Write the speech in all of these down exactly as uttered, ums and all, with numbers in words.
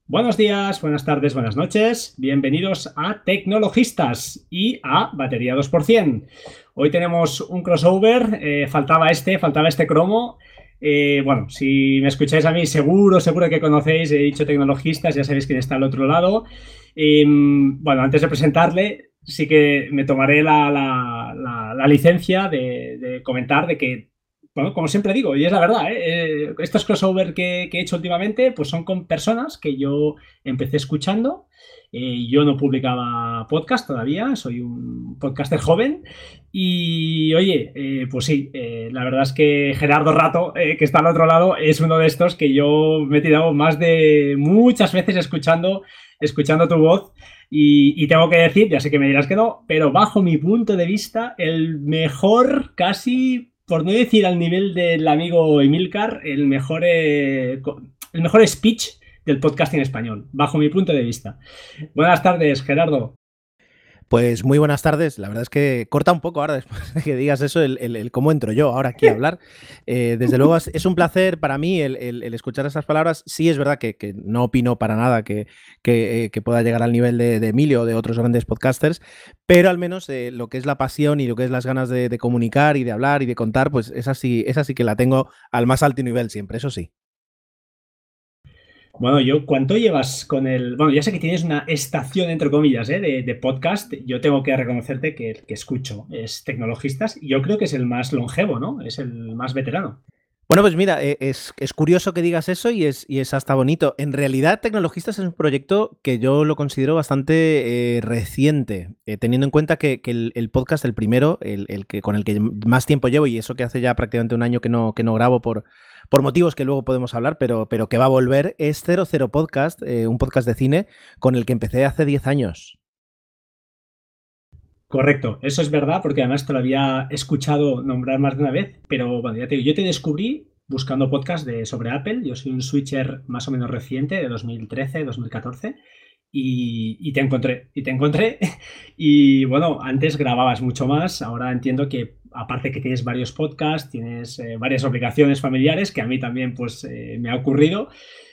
Buenos días, buenas tardes, buenas noches. Bienvenidos a Tecnologistas y a Batería dos por ciento. Hoy tenemos un crossover, eh, faltaba este, faltaba este cromo. Eh, bueno, si me escucháis a mí, seguro, seguro que conocéis, he dicho Tecnologistas, ya sabéis quién está al otro lado. Eh, bueno, antes de presentarle, sí que me tomaré la, la, la, la licencia de, de comentar de que, bueno, como siempre digo, y es la verdad, ¿eh? Eh, estos crossover que, que he hecho últimamente, pues son con personas que yo empecé escuchando. Eh, yo no publicaba podcast todavía, soy un podcaster joven. Y oye, eh, pues sí, eh, la verdad es que Gerardo Rato, eh, que está al otro lado, es uno de estos que yo me he tirado más de muchas veces escuchando, escuchando tu voz. Y, y tengo que decir, ya sé que me dirás que no, pero bajo mi punto de vista, el mejor, casi, por no decir al nivel del amigo Emilcar, el mejor, eh, el mejor speech del podcasting español, bajo mi punto de vista. Buenas tardes, Gerardo. Pues muy buenas tardes. La verdad es que corta un poco ahora después de que digas eso, el, el- el cómo entro yo ahora aquí a hablar. Eh, desde luego es, es un placer para mí el, el- el escuchar esas palabras. Sí es verdad que, que no opino para nada que, que, eh, que pueda llegar al nivel de, de Emilio o de otros grandes podcasters, pero al menos eh, lo que es la pasión y lo que es las ganas de, de comunicar y de hablar y de contar, pues esa sí, esa sí que la tengo al más alto nivel siempre, eso sí. Bueno, yo, ¿cuánto llevas con el...? Bueno, ya sé que tienes una estación, entre comillas, ¿eh? de, de podcast. Yo tengo que reconocerte que el que escucho es Tecnologistas y yo creo que es el más longevo, ¿no? Es el más veterano. Bueno, pues mira, eh, es, es curioso que digas eso y es, y es hasta bonito. En realidad, Tecnologistas es un proyecto que yo lo considero bastante eh, reciente, eh, teniendo en cuenta que, que el, el podcast, el primero, el, el que con el que más tiempo llevo, y eso que hace ya prácticamente un año que no, que no grabo por, por motivos que luego podemos hablar, pero, pero que va a volver, es Cero Cero Podcast, eh, un podcast de cine con el que empecé hace diez años. Correcto, eso es verdad, porque además te lo había escuchado nombrar más de una vez, pero bueno, ya te digo, yo te descubrí buscando podcast de, sobre Apple. Yo soy un switcher más o menos reciente, de dos mil trece, dos mil catorce, y, y te encontré, y te encontré. Y bueno, antes grababas mucho más, ahora entiendo que aparte que tienes varios podcasts, tienes eh, varias obligaciones familiares, que a mí también pues eh, me ha ocurrido.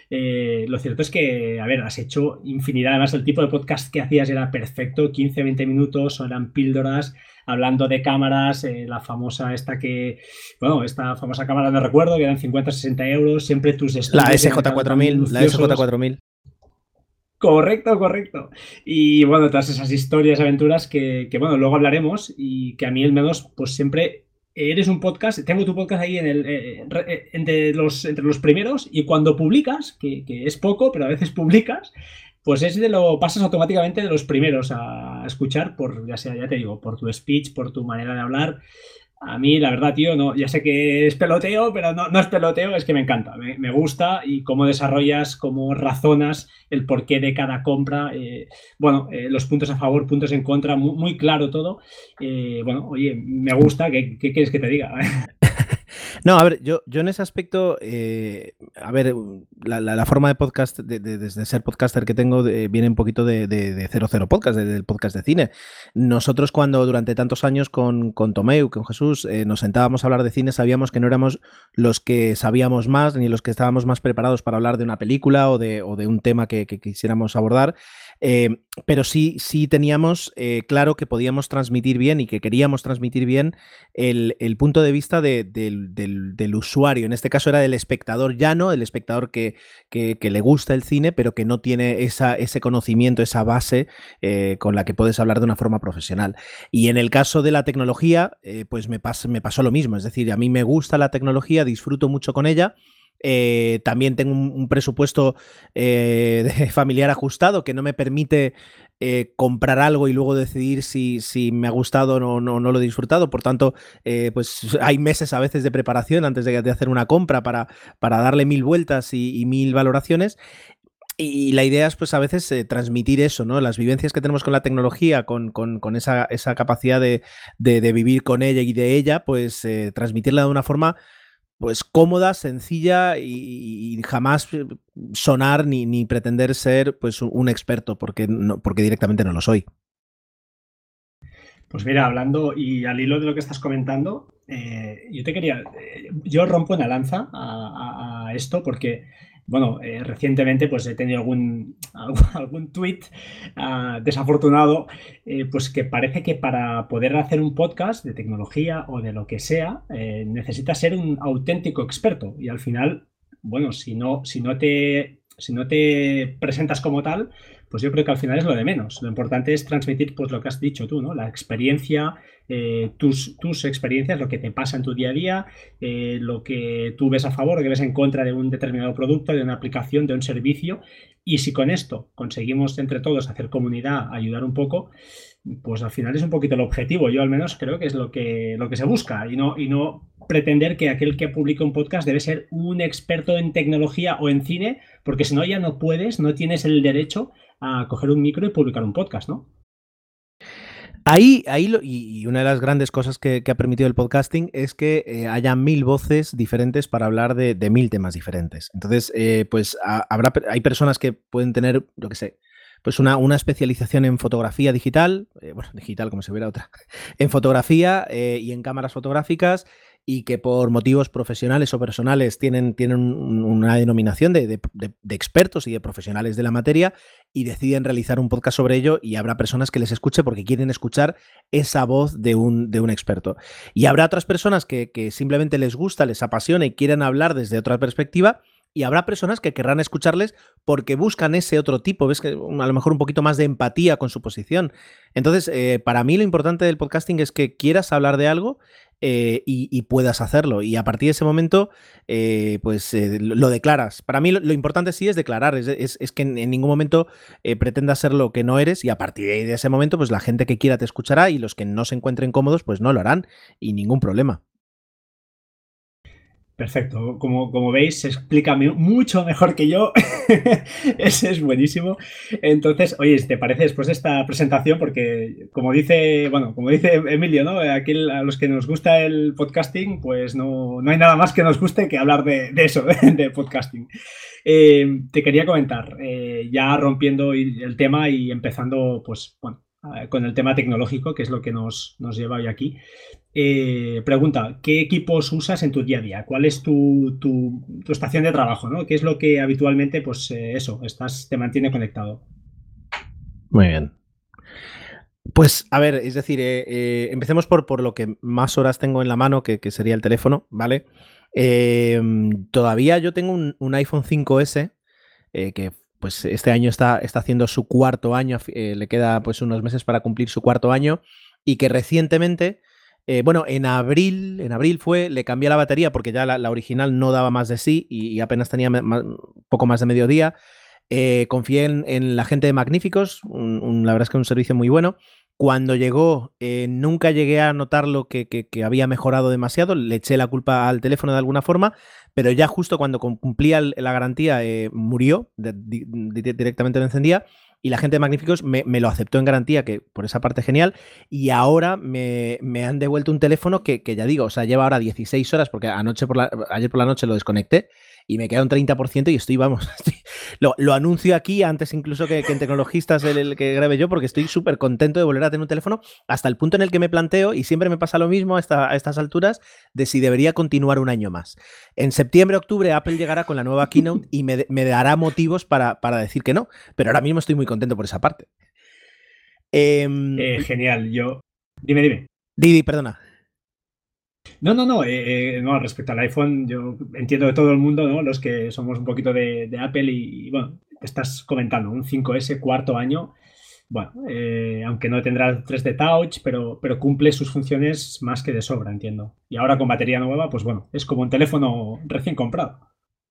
Eh, lo cierto es que, a ver, has hecho infinidad. Además, el tipo de podcast que hacías era perfecto: quince veinte minutos, o eran píldoras hablando de cámaras, eh, la famosa esta que, bueno, esta famosa cámara no recuerdo, que eran cincuenta sesenta euros, siempre tus La estudios y S eran J tan, tan cuatro mil, la S J minuciosos. cuatro mil. Correcto, correcto. Y bueno, todas esas historias, aventuras que, que, bueno, luego hablaremos y que a mí al menos, pues siempre eres un podcast, tengo tu podcast ahí en el, eh, re- eh, entre, los, entre los primeros, y cuando publicas, que, que es poco, pero a veces publicas, pues es de lo, pasas automáticamente de los primeros a escuchar por, ya sea, ya te digo, por tu speech, por tu manera de hablar. A mí, la verdad, tío, no, ya sé que es peloteo, pero no, no es peloteo, es que me encanta, me, me gusta, y cómo desarrollas, cómo razonas el porqué de cada compra, eh, bueno, eh, los puntos a favor, puntos en contra, muy, muy claro todo. Eh, bueno, oye, me gusta, ¿qué, qué quieres que te diga? No, a ver, yo, yo en ese aspecto, eh, a ver, la, la- la forma de podcast, de, de- desde ser podcaster que tengo, de- viene un poquito de, de, de Cero Cero Podcast, de- del podcast de cine. Nosotros cuando durante tantos años con, con Tomeu, con Jesús, eh, nos sentábamos a hablar de cine, sabíamos que no éramos los que sabíamos más, ni los que estábamos más preparados para hablar de una película o de, o de un tema que, que quisiéramos abordar. eh, pero sí, sí teníamos eh, claro que podíamos transmitir bien y que queríamos transmitir bien el, el punto de vista de- del, del- del usuario. En este caso era del espectador llano, el espectador que, que- que le gusta el cine, pero que no tiene esa, ese conocimiento, esa base eh, con la que puedes hablar de una forma profesional. Y en el caso de la tecnología, eh, pues me, pas- me pasó lo mismo. Es decir, a mí me gusta la tecnología, disfruto mucho con ella. Eh, también tengo un, un presupuesto eh, de familiar ajustado que no me permite eh, comprar algo y luego decidir si, si me ha gustado o no, no, no lo he disfrutado. Por tanto, eh, pues hay meses a veces de preparación antes de, de hacer una compra para, para darle mil vueltas y, y mil valoraciones. Y la idea es, pues, a veces eh, transmitir eso, ¿no? Las vivencias que tenemos con la tecnología, con, con, con esa, esa, capacidad de, de, de, vivir con ella y de ella, pues eh, transmitirla de una forma pues cómoda, sencilla y, y jamás eh, sonar ni, ni pretender ser pues un experto, porque, no, porque directamente no lo soy. Pues mira, hablando y al hilo de lo que estás comentando, eh, yo te quería, eh, yo rompo una lanza a, a- a esto porque, bueno, eh, recientemente pues he tenido algún, algún, algún tuit ah, desafortunado, eh, pues que parece que para poder hacer un podcast de tecnología o de lo que sea, eh, necesitas ser un auténtico experto y al final, bueno, si no, si no te, si no te presentas como tal, pues yo creo que al final es lo de menos. Lo importante es transmitir pues lo que has dicho tú, ¿no? La experiencia, eh, tus, tus experiencias, lo que te pasa en tu día a día, eh, lo que tú ves a favor, lo que ves en contra de un determinado producto, de una aplicación, de un servicio. Y si con esto conseguimos entre todos hacer comunidad, ayudar un poco, pues al final es un poquito el objetivo. Yo al menos creo que es lo que, lo que se busca y no, y no pretender que aquel que publica un podcast debe ser un experto en tecnología o en cine, porque si no ya no puedes, no tienes el derecho a coger un micro y publicar un podcast, ¿no? Ahí, ahí lo- y, y una de las grandes cosas que, que ha permitido el podcasting es que eh, haya mil voces diferentes para hablar de, de mil temas diferentes. Entonces, eh, pues a- habrá, hay personas que pueden tener, yo qué sé, pues una, una especialización en fotografía digital, eh, bueno, digital como si hubiera otra, en fotografía eh, y en cámaras fotográficas y que por motivos profesionales o personales tienen, tienen un- una denominación de, de- de- de expertos y de profesionales de la materia y deciden realizar un podcast sobre ello y habrá personas que les escuche porque quieren escuchar esa voz de un, de un experto. Y habrá otras personas que, que simplemente les gusta, les apasiona y quieren hablar desde otra perspectiva. Y habrá personas que querrán escucharles porque buscan ese otro tipo, ves que a lo mejor un poquito más de empatía con su posición. Entonces, eh, para mí lo importante del podcasting es que quieras hablar de algo eh, y, y puedas hacerlo. Y a partir de ese momento, eh, pues eh, lo, lo declaras. Para mí lo, lo importante sí es declarar, es, es, es que en, en ningún momento eh, pretendas ser lo que no eres y a partir de ese momento, pues la gente que quiera te escuchará y los que no se encuentren cómodos, pues no lo harán y ningún problema. Perfecto, como, como veis, se explica mucho mejor que yo. Ese es buenísimo. Entonces, oye, ¿te parece después de esta presentación? Porque como dice, bueno, como dice Emilio, ¿no? Aquí a los que nos gusta el podcasting, pues no, no hay nada más que nos guste que hablar de, de eso, de podcasting. Eh, te quería comentar, eh, ya rompiendo el tema y empezando, pues, bueno, con el tema tecnológico, que es lo que nos, nos lleva hoy aquí. Eh, pregunta, ¿qué equipos usas en tu día a día? ¿Cuál es tu, tu, tu estación de trabajo, ¿no? ¿Qué es lo que habitualmente, pues eh, eso, estás, te mantiene conectado? Muy bien. Pues a ver, es decir, eh, eh, empecemos por, por lo que más horas tengo en la mano, que, que sería el teléfono, ¿vale? Eh, todavía yo tengo un, un iPhone cinco ese, eh, que pues este año está, está haciendo su cuarto año, eh, le queda pues unos meses para cumplir su cuarto año, y que recientemente, eh, bueno, en abril, en abril fue, le cambié la batería porque ya la, la original no daba más de sí y, y apenas tenía me, ma, poco más de mediodía. Eh, confié en, en, la gente de Magníficos, un, un, la verdad es que un servicio muy bueno. Cuando llegó, eh, nunca llegué a notarlo que, que, que había mejorado demasiado, le eché la culpa al teléfono de alguna forma, pero ya justo cuando cumplía la garantía eh, murió, de, de, directamente lo encendía y la gente de Magníficos me, me, lo aceptó en garantía, que por esa parte genial, y ahora me, me han devuelto un teléfono que, que, ya digo, o sea, lleva ahora dieciséis horas, porque anoche por la, ayer por la noche lo desconecté y me queda un treinta por ciento y estoy, vamos, estoy, lo, lo anuncio aquí antes incluso que, que en Tecnologistas el, el que grabe yo, porque estoy súper contento de volver a tener un teléfono hasta el punto en el que me planteo, y siempre me pasa lo mismo a, esta, a estas alturas, de si debería continuar un año más. En septiembre, octubre, Apple llegará con la nueva Keynote y me, me dará motivos para, para decir que no, pero ahora mismo estoy muy contento por esa parte. Eh, genial, yo... Dime, dime. Didi, perdona. No, no, no, eh, eh, no, respecto al iPhone, yo entiendo de todo el mundo, ¿no? Los que somos un poquito de, de Apple y, y, bueno, te estás comentando, un cinco ese, cuarto año, bueno, eh, aunque no tendrá tres D Touch, pero, pero cumple sus funciones más que de sobra, entiendo. Y ahora con batería nueva, pues bueno, es como un teléfono recién comprado.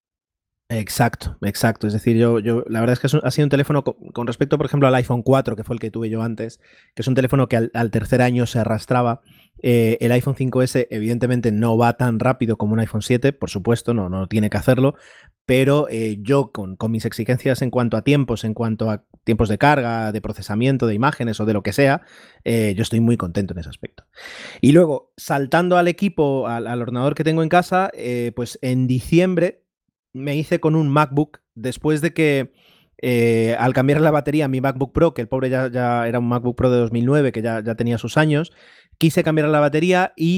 Exacto, exacto. Es decir, yo, yo la verdad es que ha sido un teléfono con, con respecto, por ejemplo, al iPhone cuatro, que fue el que tuve yo antes, que es un teléfono que al, al tercer año se arrastraba. Eh, el iPhone cinco ese evidentemente no va tan rápido como un iPhone siete, por supuesto, no, no tiene que hacerlo, pero eh, yo con, con mis exigencias en cuanto a tiempos, en cuanto a tiempos de carga, de procesamiento de imágenes o de lo que sea, eh, yo estoy muy contento en ese aspecto. Y luego, saltando al equipo, al, al ordenador que tengo en casa, eh, pues en diciembre me hice con un MacBook después de que eh, al cambiar la batería a mi MacBook Pro, que el pobre ya, ya era un MacBook Pro de dos mil nueve, que ya, ya tenía sus años, quise cambiar la batería y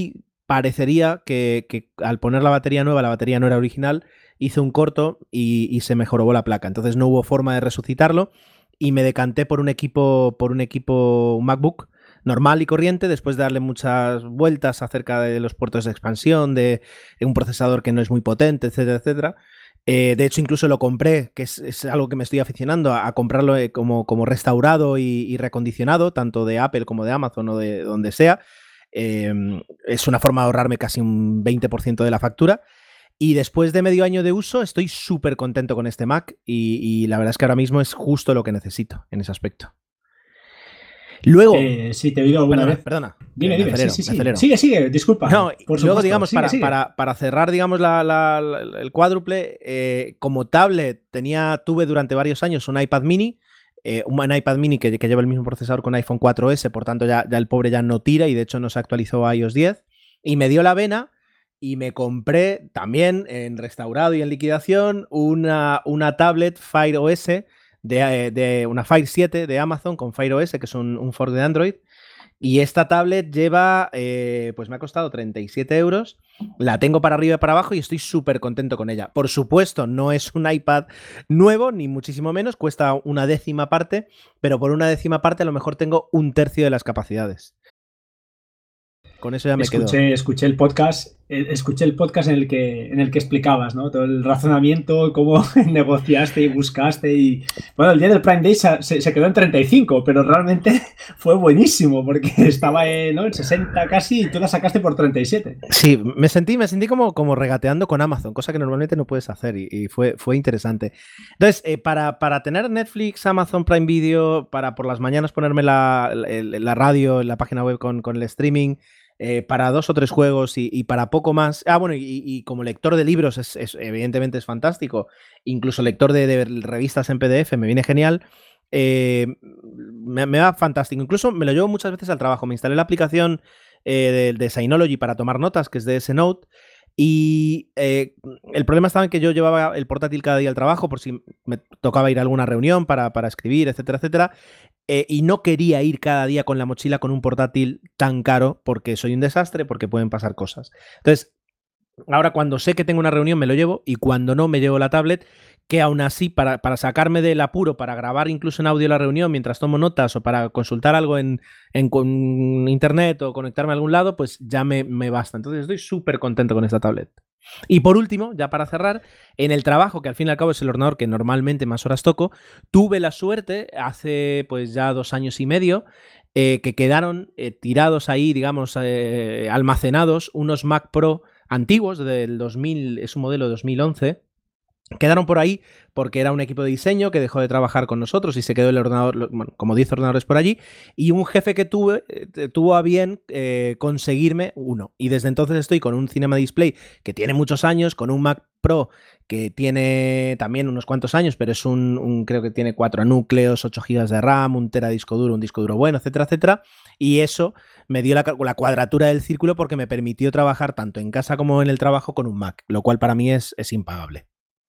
parecería que, que al poner la batería nueva, la batería no era original, hice un corto y, y se me jorobó la placa. Entonces no hubo forma de resucitarlo y me decanté por un equipo, por un equipo, un MacBook normal y corriente, después de darle muchas vueltas acerca de los puertos de expansión, de, de un procesador que no es muy potente, etcétera, etcétera. Eh, de hecho, incluso lo compré, que es, es algo que me estoy aficionando a, a comprarlo eh, como, como restaurado y, y recondicionado, tanto de Apple como de Amazon o de donde sea. Eh, es una forma de ahorrarme casi un veinte por ciento de la factura. Y después de medio año de uso, estoy súper contento con este Mac y, y la verdad es que ahora mismo es justo lo que necesito en ese aspecto. Luego... Eh, sí, te he oído alguna perdona, vez. Perdona, Dime, me dime, acelero, sí, sí, me sí. acelero. Sigue, sigue, disculpa. No, por luego, supuesto. digamos, Sigue, para, sigue. Para, para cerrar, digamos, la, la, la, el cuádruple, eh, como tablet tenía, tuve durante varios años un iPad mini, eh, un iPad mini que, que lleva el mismo procesador con iPhone cuatro ese, por tanto ya, ya el pobre ya no tira y de hecho no se actualizó a iOS diez, y me dio la vena y me compré también en restaurado y en liquidación una, una tablet Fire O S, de, de una Fire siete de Amazon con Fire O S, que es un, un fork de Android. Y esta tablet lleva, eh, pues me ha costado treinta y siete euros, la tengo para arriba y para abajo y estoy súper contento con ella. Por supuesto, no es un iPad nuevo, ni muchísimo menos, cuesta una décima parte, pero por una décima parte a lo mejor tengo un tercio de las capacidades. Con eso ya me escuché, quedo. Escuché el podcast, escuché el podcast en el que, en el que explicabas, ¿no? Todo el razonamiento, cómo negociaste y buscaste y... Bueno, el día del Prime Day se, se quedó en treinta y cinco, pero realmente fue buenísimo porque estaba en, ¿no? en sesenta casi y tú la sacaste por treinta y siete. Sí, me sentí, me sentí como, como regateando con Amazon, cosa que normalmente no puedes hacer y, y fue, fue interesante. Entonces, eh, para, para tener Netflix, Amazon Prime Video, para por las mañanas ponerme la, la, la radio, la página web con, con el streaming, eh, para dos o tres juegos y, y para poco más. Ah, bueno, y, y como lector de libros, es, es, evidentemente es fantástico. Incluso lector de, de revistas en P D F me viene genial. Eh, me, me va fantástico. Incluso me lo llevo muchas veces al trabajo. Me instalé la aplicación eh, de, de Synology para tomar notas, que es de S-Note. Y eh, el problema estaba en que yo llevaba el portátil cada día al trabajo por si me tocaba ir a alguna reunión para, para escribir, etcétera, etcétera. Eh, y no quería ir cada día con la mochila con un portátil tan caro porque soy un desastre, porque pueden pasar cosas. Entonces, ahora cuando sé que tengo una reunión me lo llevo y cuando no me llevo la tablet, que aún así para, para sacarme del apuro, para grabar incluso en audio la reunión mientras tomo notas o para consultar algo en, en, en internet o conectarme a algún lado, pues ya me, me basta. Entonces estoy súper contento con esta tablet. Y por último, ya para cerrar, en el trabajo, que al fin y al cabo es el ordenador que normalmente más horas toco, tuve la suerte hace pues ya dos años y medio eh, que quedaron eh, tirados ahí, digamos, eh, almacenados unos Mac Pro antiguos del dos mil, es un modelo de dos mil once. Quedaron por ahí porque era un equipo de diseño que dejó de trabajar con nosotros y se quedó el ordenador, bueno, como diez ordenadores por allí, y un jefe que tuve eh, tuvo a bien eh, conseguirme uno. Y desde entonces estoy con un Cinema Display que tiene muchos años, con un Mac Pro que tiene también unos cuantos años, pero es un, un creo que tiene cuatro núcleos, ocho gigas de RAM, un tera disco duro, un disco duro bueno, etcétera, etcétera. Y eso me dio la, la cuadratura del círculo porque me permitió trabajar tanto en casa como en el trabajo con un Mac, lo cual para mí es, es impagable.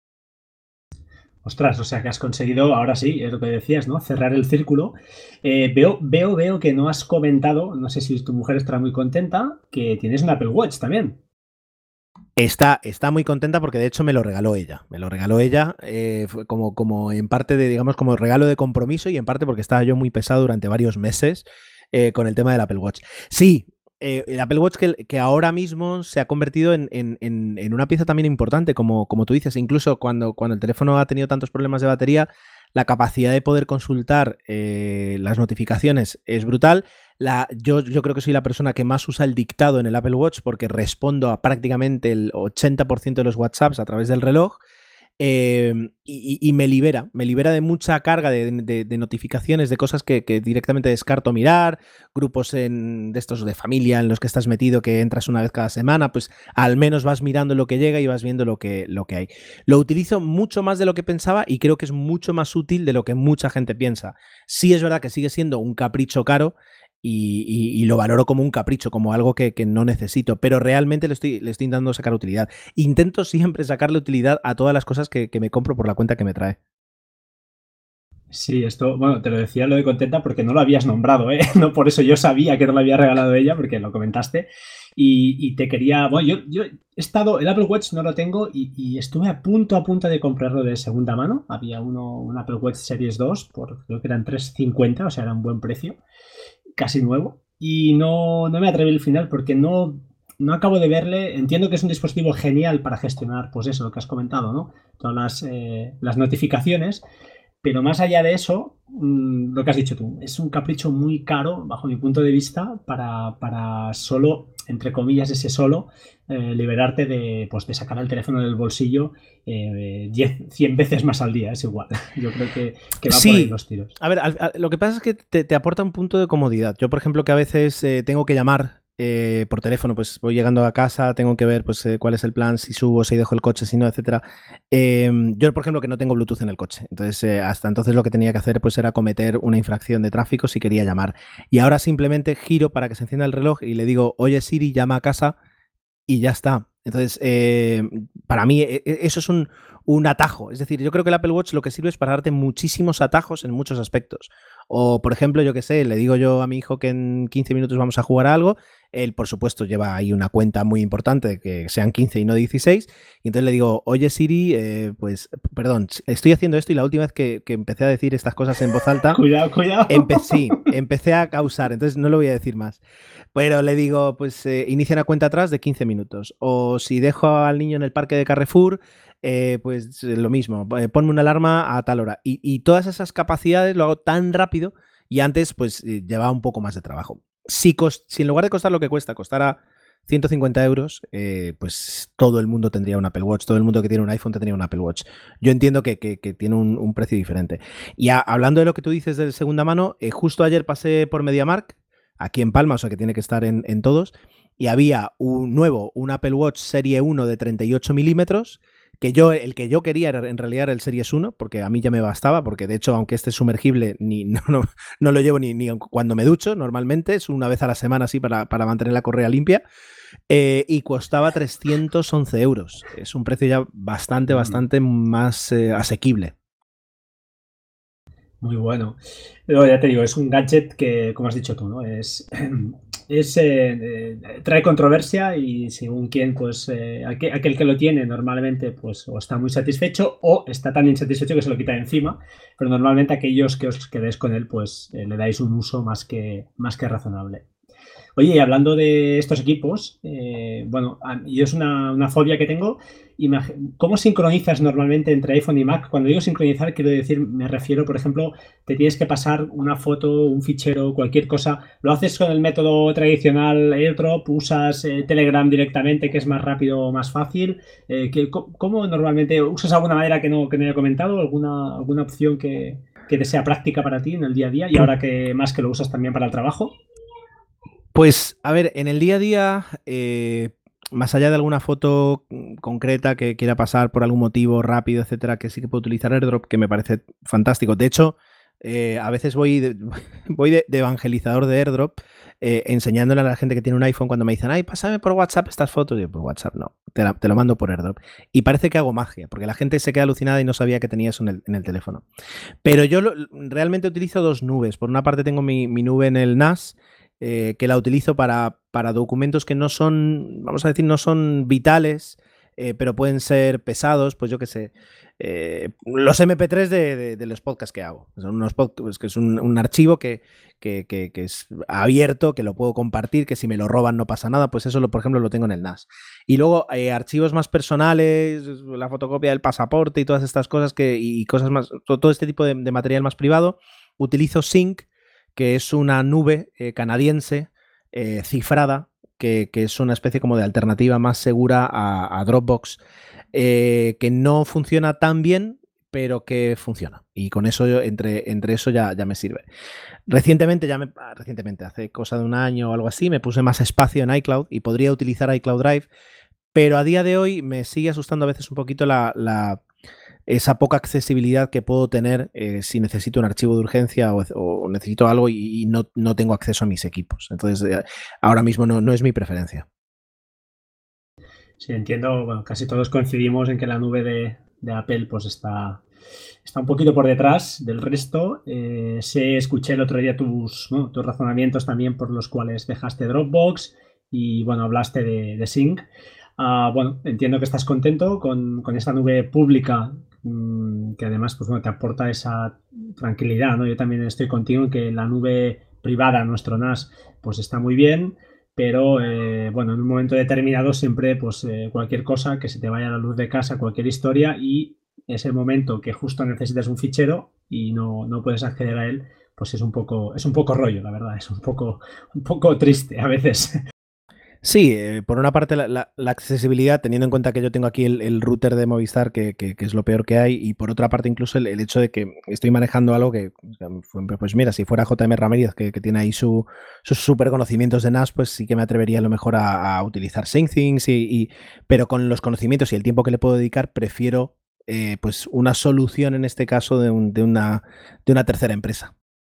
Ostras, o sea que has conseguido, ahora sí, es lo que decías, ¿no? Cerrar el círculo. Eh, veo, veo, veo que no has comentado, no sé si tu mujer estará muy contenta, que tienes un Apple Watch también. Está, está muy contenta porque de hecho me lo regaló ella. Me lo regaló ella eh, fue como, como en parte de, digamos, como regalo de compromiso y en parte porque estaba yo muy pesado durante varios meses eh, con el tema del Apple Watch. Sí, eh, el Apple Watch que, que ahora mismo se ha convertido en, en, en, en una pieza también importante, como, como tú dices, incluso cuando, cuando el teléfono ha tenido tantos problemas de batería, la capacidad de poder consultar eh, las notificaciones es brutal. La, yo, yo creo que soy la persona que más usa el dictado en el Apple Watch porque respondo a prácticamente el ochenta por ciento de los WhatsApps a través del reloj. Eh, y, y me libera, me libera de mucha carga de, de, de notificaciones, de cosas que, que directamente descarto mirar, grupos en, de estos de familia en los que estás metido, que entras una vez cada semana, pues al menos vas mirando lo que llega y vas viendo lo que, lo que hay. Lo utilizo mucho más de lo que pensaba y creo que es mucho más útil de lo que mucha gente piensa. Sí es verdad que sigue siendo un capricho caro, Y, y, y lo valoro como un capricho, como algo que, que no necesito, pero realmente le estoy, le estoy intentando sacar utilidad. Intento siempre sacarle utilidad a todas las cosas que, que me compro por la cuenta que me trae. Sí, esto, bueno, te lo decía lo de contenta porque no lo habías nombrado, ¿eh? No, por eso yo sabía que no lo había regalado ella, porque lo comentaste. Y, y te quería, bueno, yo, yo he estado, el Apple Watch no lo tengo y, y estuve a punto, a punto de comprarlo de segunda mano. Había uno, un Apple Watch Series dos por, creo que eran tres cincuenta, o sea, era un buen precio, casi nuevo. Y no, no me atreví al final porque no, no acabo de verle. Entiendo que es un dispositivo genial para gestionar, pues eso, lo que has comentado, ¿no? Todas las, eh, las notificaciones, pero más allá de eso, mmm, lo que has dicho tú, es un capricho muy caro, bajo mi punto de vista, para, para solo, entre comillas, ese solo, eh, liberarte de, pues, de sacar el teléfono del bolsillo eh, diez, cien veces más al día, es igual. Yo creo que, que va por ahí Sí, los tiros. a ver, al- al- lo que pasa es que te, te aporta un punto de comodidad. Yo, por ejemplo, que a veces eh, tengo que llamar eh, por teléfono, pues voy llegando a casa, tengo que ver pues eh, cuál es el plan, si subo, si dejo el coche, si no, etcétera. Eh, yo, por ejemplo, que no tengo Bluetooth en el coche. Entonces, eh, hasta entonces lo que tenía que hacer pues era cometer una infracción de tráfico si quería llamar. Y ahora simplemente giro para que se encienda el reloj y le digo, oye Siri, llama a casa y ya está. Entonces, eh, para mí e, e, eso es un, un atajo. Es decir, yo creo que el Apple Watch lo que sirve es para darte muchísimos atajos en muchos aspectos. O, por ejemplo, yo qué sé, le digo yo a mi hijo que en quince minutos vamos a jugar a algo. Él, por supuesto, lleva ahí una cuenta muy importante de que sean quince y no dieciséis. Y entonces le digo, oye Siri, eh, pues, perdón, estoy haciendo esto y la última vez que, que empecé a decir estas cosas en voz alta, Cuidado, cuidado. empecé, empecé a causar, entonces no lo voy a decir más. Pero le digo, pues eh, inicia una cuenta atrás de quince minutos. O si dejo al niño en el parque de Carrefour, eh, pues eh, lo mismo, eh, ponme una alarma a tal hora. Y, y, todas esas capacidades lo hago tan rápido y antes pues eh, llevaba un poco más de trabajo. Si, cost si en lugar de costar lo que cuesta, costara ciento cincuenta euros, eh, pues todo el mundo tendría un Apple Watch, todo el mundo que tiene un iPhone tendría un Apple Watch. Yo entiendo que, que, que tiene un, un, precio diferente. Y a, hablando de lo que tú dices de segunda mano, eh, justo ayer pasé por MediaMarkt, aquí en Palma, o sea que tiene que estar en, en todos, y había un nuevo, un Apple Watch Serie uno de treinta y ocho milímetros, que yo, el que yo quería era, en realidad era el Series uno, porque a mí ya me bastaba, porque de hecho, aunque este es sumergible, ni, no, no, no lo llevo ni, ni cuando me ducho, normalmente, es una vez a la semana así para, para mantener la correa limpia, eh, y costaba trescientos once euros. Es un precio ya bastante, bastante más eh, asequible. Muy bueno. Pero ya te digo, es un gadget que, como has dicho tú, ¿no? Es, es eh, eh, trae controversia y según quién, pues eh, aquel, aquel que lo tiene normalmente, pues o está muy satisfecho o está tan insatisfecho que se lo quita de encima. Pero normalmente aquellos que os quedéis con él, pues eh, le dais un uso más que, más que razonable. Oye, y hablando de estos equipos, eh, bueno, yo es una, una fobia que tengo. ¿Cómo sincronizas normalmente entre iPhone y Mac? Cuando digo sincronizar, quiero decir, me refiero, por ejemplo, te tienes que pasar una foto, un fichero, cualquier cosa. ¿Lo haces con el método tradicional AirDrop? ¿Usas eh, Telegram directamente, que es más rápido o más fácil? Eh, que, ¿Cómo normalmente usas alguna manera que no, que no haya comentado? ¿Alguna, alguna opción que, que te sea práctica para ti en el día a día? Y ahora que más que lo usas también para el trabajo. Pues, a ver, en el día a día, eh, más allá de alguna foto concreta que quiera pasar por algún motivo rápido, etcétera, que sí que puedo utilizar AirDrop, que me parece fantástico. De hecho, eh, a veces voy de, voy de, de evangelizador de AirDrop, eh, enseñándole a la gente que tiene un iPhone cuando me dicen, ay, pásame por WhatsApp estas fotos. Y yo, por WhatsApp no, te, la, te lo mando por AirDrop. Y parece que hago magia, porque la gente se queda alucinada y no sabía que tenía eso en el, en el teléfono. Pero yo lo, realmente utilizo dos nubes. Por una parte tengo mi, mi nube en el N A S, Eh, que la utilizo para, para documentos que no son, vamos a decir, no son vitales, eh, pero pueden ser pesados, pues yo qué sé, eh, los eme pe tres de, de, de los podcasts que hago. Son unos podcasts, que es un, un archivo que, que, que, que es abierto, que lo puedo compartir, que si me lo roban no pasa nada, pues eso, lo, por ejemplo, lo tengo en el N A S. Y luego eh, archivos más personales, la fotocopia del pasaporte y todas estas cosas, que, y cosas más, todo, todo este tipo de, de material más privado, utilizo Sync, que es una nube eh, canadiense eh, cifrada, que, que es una especie como de alternativa más segura a, a Dropbox, eh, que no funciona tan bien, pero que funciona. Y con eso, yo, entre, entre eso ya, ya me sirve. Recientemente, ya me, recientemente, hace cosa de un año o algo así, me puse más espacio en iCloud y podría utilizar iCloud Drive, pero a día de hoy me sigue asustando a veces un poquito la... la esa poca accesibilidad que puedo tener eh, si necesito un archivo de urgencia o, o necesito algo y, y no, no, tengo acceso a mis equipos. Entonces, eh, ahora mismo no, no es mi preferencia. Sí, entiendo, bueno, casi todos coincidimos en que la nube de, de Apple pues está, está un poquito por detrás del resto. Eh, sé, escuché el otro día tus, ¿no? tus razonamientos también por los cuales dejaste Dropbox y, bueno, hablaste de, de Sync. Uh, bueno, entiendo que estás contento con, con esta nube pública mmm, que además pues, bueno, te aporta esa tranquilidad, ¿no? Yo también estoy contigo en que la nube privada, nuestro N A S, pues está muy bien, pero eh, bueno, en un momento determinado siempre pues eh, cualquier cosa que se te vaya a la luz de casa, cualquier historia, y es el momento que justo necesitas un fichero y no, no puedes acceder a él, pues es un poco, es un poco rollo, la verdad, es un poco, un poco triste a veces. Sí, eh, por una parte la, la, la accesibilidad, teniendo en cuenta que yo tengo aquí el, el router de Movistar, que, que, que es lo peor que hay, y por otra parte incluso el, el hecho de que estoy manejando algo que, pues mira, si fuera J M Ramírez, que, que tiene ahí su, sus super conocimientos de N A S, pues sí que me atrevería a lo mejor a, a utilizar SyncThings, y, y, pero con los conocimientos y el tiempo que le puedo dedicar, prefiero eh, pues una solución en este caso de, un, de, una, de una tercera empresa.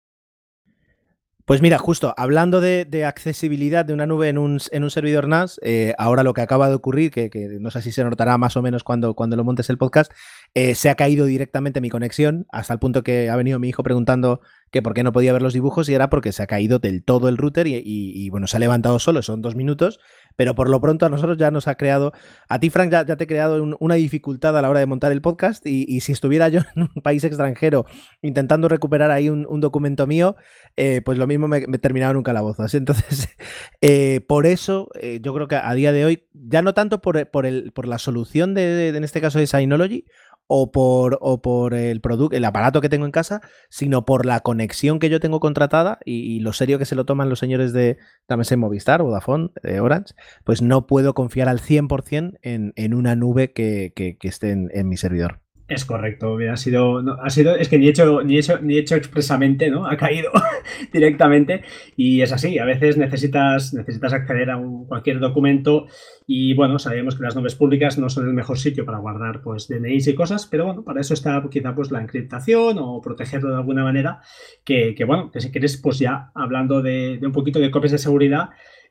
Pues mira, justo hablando de, de accesibilidad de una nube en un, en un servidor N A S, eh, ahora lo que acaba de ocurrir, que, que no sé si se notará más o menos cuando, cuando lo montes el podcast, eh, se ha caído directamente mi conexión, hasta el punto que ha venido mi hijo preguntando que por qué no podía ver los dibujos, y era porque se ha caído del todo el router y, y, y bueno, se ha levantado solo, son dos minutos, pero por lo pronto a nosotros ya nos ha creado, a ti Frank ya, ya te he creado un, una dificultad a la hora de montar el podcast, y, y si estuviera yo en un país extranjero intentando recuperar ahí un, un documento mío, eh, pues lo mismo me, me terminaba en un calabozo. ¿Sí? Entonces, eh, por eso eh, yo creo que a día de hoy, ya no tanto por, por, el, por la solución de, de, en este caso de Synology, o por, o por el producto, el aparato que tengo en casa, sino por la conexión que yo tengo contratada y, y lo serio que se lo toman los señores de, llámese Movistar, Vodafone, eh, Orange, pues no puedo confiar al cien por ciento en, en una nube que, que, que esté en, en mi servidor. Es correcto, ha sido, no, ha sido, es que ni he hecho, ni he hecho, ni he hecho expresamente, ¿no? Ha caído directamente, y es así, a veces necesitas, necesitas acceder a un, cualquier documento, y bueno, sabemos que las nubes públicas no son el mejor sitio para guardar pues D N Is y cosas, pero bueno, para eso está quizá pues la encriptación o protegerlo de alguna manera, que, que bueno, que si quieres pues ya hablando de, de un poquito de copias de seguridad.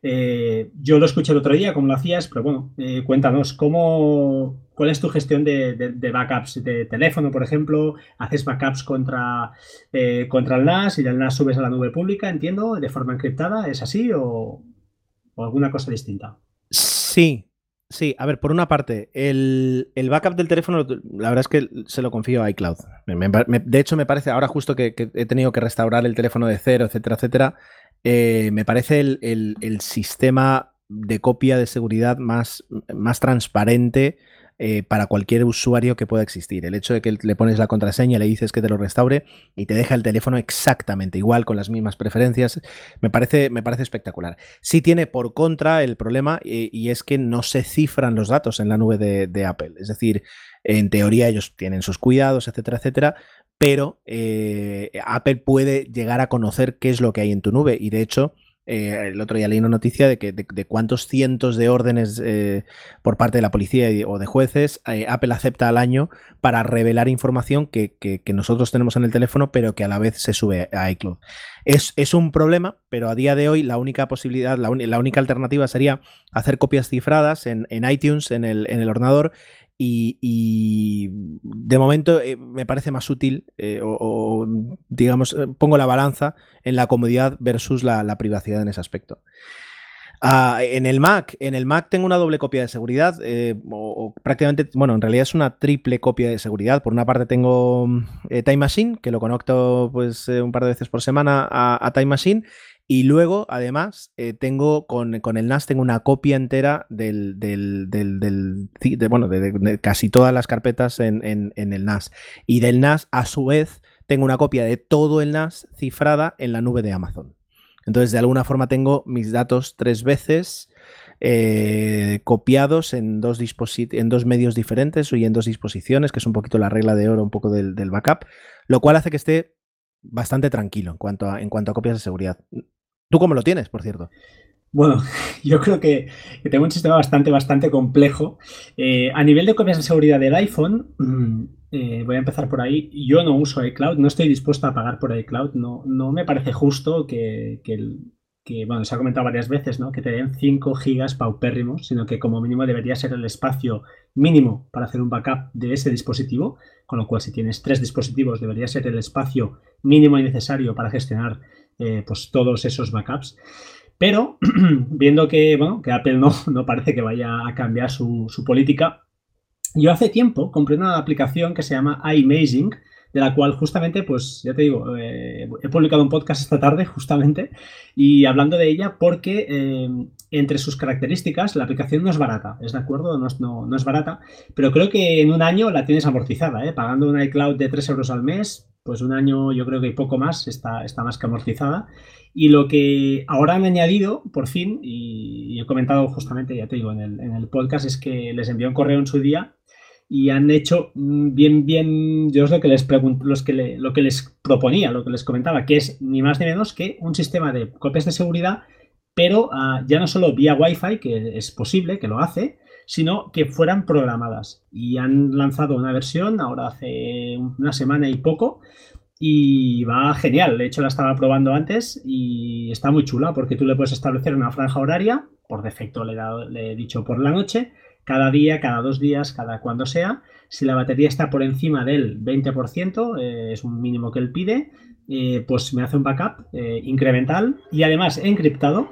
Eh, yo lo escuché el otro día, cómo lo hacías, pero bueno, eh, cuéntanos, ¿cómo, ¿cuál es tu gestión de, de, de backups de teléfono, por ejemplo? ¿Haces backups contra, eh, contra el N A S y del N A S subes a la nube pública, entiendo, de forma encriptada? ¿Es así o, o alguna cosa distinta? Sí, sí. A ver, por una parte, el, el backup del teléfono, la verdad es que se lo confío a iCloud. Me, me, de hecho, me parece, ahora justo que, que he tenido que restaurar el teléfono de cero, etcétera, etcétera, Eh, me parece el, el, el sistema de copia de seguridad más, más transparente eh, para cualquier usuario que pueda existir. El hecho de que le pones la contraseña, le dices que te lo restaure y te deja el teléfono exactamente igual, con las mismas preferencias, me parece, me parece espectacular. Sí tiene por contra el problema eh, y es que no se cifran los datos en la nube de, de Apple. Es decir, en teoría ellos tienen sus cuidados, etcétera, etcétera, pero eh, Apple puede llegar a conocer qué es lo que hay en tu nube. Y de hecho, eh, el otro día leí una noticia de, que, de, de cuántos cientos de órdenes eh, por parte de la policía y, o de jueces eh, Apple acepta al año para revelar información que, que, que nosotros tenemos en el teléfono, pero que a la vez se sube a iCloud. Es, es un problema, pero a día de hoy la única posibilidad, la, un, la única alternativa sería hacer copias cifradas en, en iTunes, en el, en el ordenador. Y, y de momento eh, me parece más útil eh, o, o, digamos, eh, pongo la balanza en la comodidad versus la, la privacidad en ese aspecto. Uh, en el Mac, en el Mac tengo una doble copia de seguridad, eh, o, o prácticamente, bueno, en realidad es una triple copia de seguridad. Por una parte tengo eh, Time Machine, que lo conecto pues eh, un par de veces por semana a, a Time Machine. Y luego, además, eh, tengo con, con el N A S tengo una copia entera del, del, del, del de, bueno, de, de, de casi todas las carpetas en, en, en el N A S. Y del N A S, a su vez, tengo una copia de todo el N A S cifrada en la nube de Amazon. Entonces, de alguna forma tengo mis datos tres veces eh, copiados en dos, en dos medios diferentes y en dos disposiciones, que es un poquito la regla de oro, un poco del, del backup, lo cual hace que esté bastante tranquilo en cuanto a, en cuanto a copias de seguridad. ¿Tú cómo lo tienes, por cierto? Bueno, yo creo que, que tengo un sistema bastante, bastante complejo. Eh, a nivel de copias de seguridad del iPhone, eh, voy a empezar por ahí. Yo no uso iCloud, no estoy dispuesto a pagar por iCloud. No, no me parece justo que, que, el, que, bueno, se ha comentado varias veces, ¿no? Que te den cinco gigas paupérrimos, sino que como mínimo debería ser el espacio mínimo para hacer un backup de ese dispositivo, con lo cual si tienes tres dispositivos debería ser el espacio mínimo y necesario para gestionar eh, pues todos esos backups. Pero viendo que, bueno, que Apple no, no parece que vaya a cambiar su, su política, yo hace tiempo compré una aplicación que se llama iMazing, de la cual justamente, pues ya te digo, eh, he publicado un podcast esta tarde justamente y hablando de ella porque eh, entre sus características la aplicación no es barata, ¿es de acuerdo? No es, no, no es barata, pero creo que en un año la tienes amortizada, ¿eh? Pagando un iCloud de tres euros al mes, pues un año yo creo que poco más está, está más que amortizada. Y lo que ahora han añadido, por fin, y, y he comentado justamente, ya te digo, en el, en el podcast, es que les envié un correo en su día y han hecho bien, bien, yo es lo que les pregunto, los que le, lo que les proponía, lo que les comentaba, que es ni más ni menos que un sistema de copias de seguridad, pero uh, ya no solo vía Wi-Fi, que es posible, que lo hace, sino que fueran programadas. Y han lanzado una versión ahora hace una semana y poco, y va genial. De hecho, la estaba probando antes y está muy chula porque tú le puedes establecer una franja horaria, por defecto le he, dado, le he dicho por la noche, cada día, cada dos días, cada cuando sea. Si la batería está por encima del veinte por ciento, eh, es un mínimo que él pide, eh, pues me hace un backup eh, incremental y además encriptado,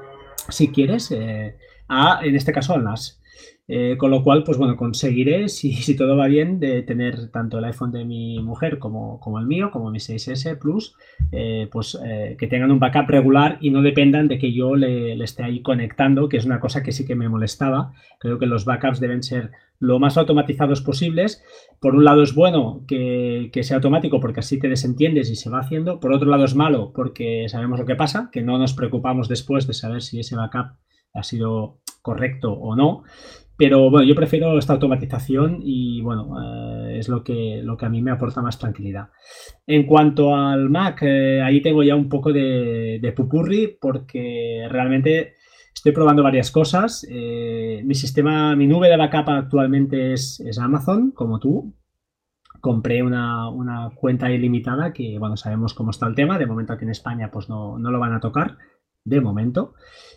si quieres, eh, a, en este caso al N A S. Eh, con lo cual, pues bueno, conseguiré, si, si todo va bien, de tener tanto el iPhone de mi mujer como, como el mío, como mi seis ese Plus, eh, pues eh, que tengan un backup regular y no dependan de que yo le, le esté ahí conectando, que es una cosa que sí que me molestaba. Creo que los backups deben ser lo más automatizados posibles. Por un lado es bueno que, que sea automático porque así te desentiendes y se va haciendo. Por otro lado es malo porque sabemos lo que pasa, que no nos preocupamos después de saber si ese backup ha sido correcto o no. Pero bueno, yo prefiero esta automatización y bueno, eh, es lo que, lo que a mí me aporta más tranquilidad. En cuanto al Mac, eh, ahí tengo ya un poco de, de pupurri porque realmente estoy probando varias cosas. Eh, mi sistema, mi nube de backup actualmente es, es Amazon, como tú. Compré una, una cuenta ilimitada que, bueno, sabemos cómo está el tema. De momento aquí en España pues no, no lo van a tocar, de momento.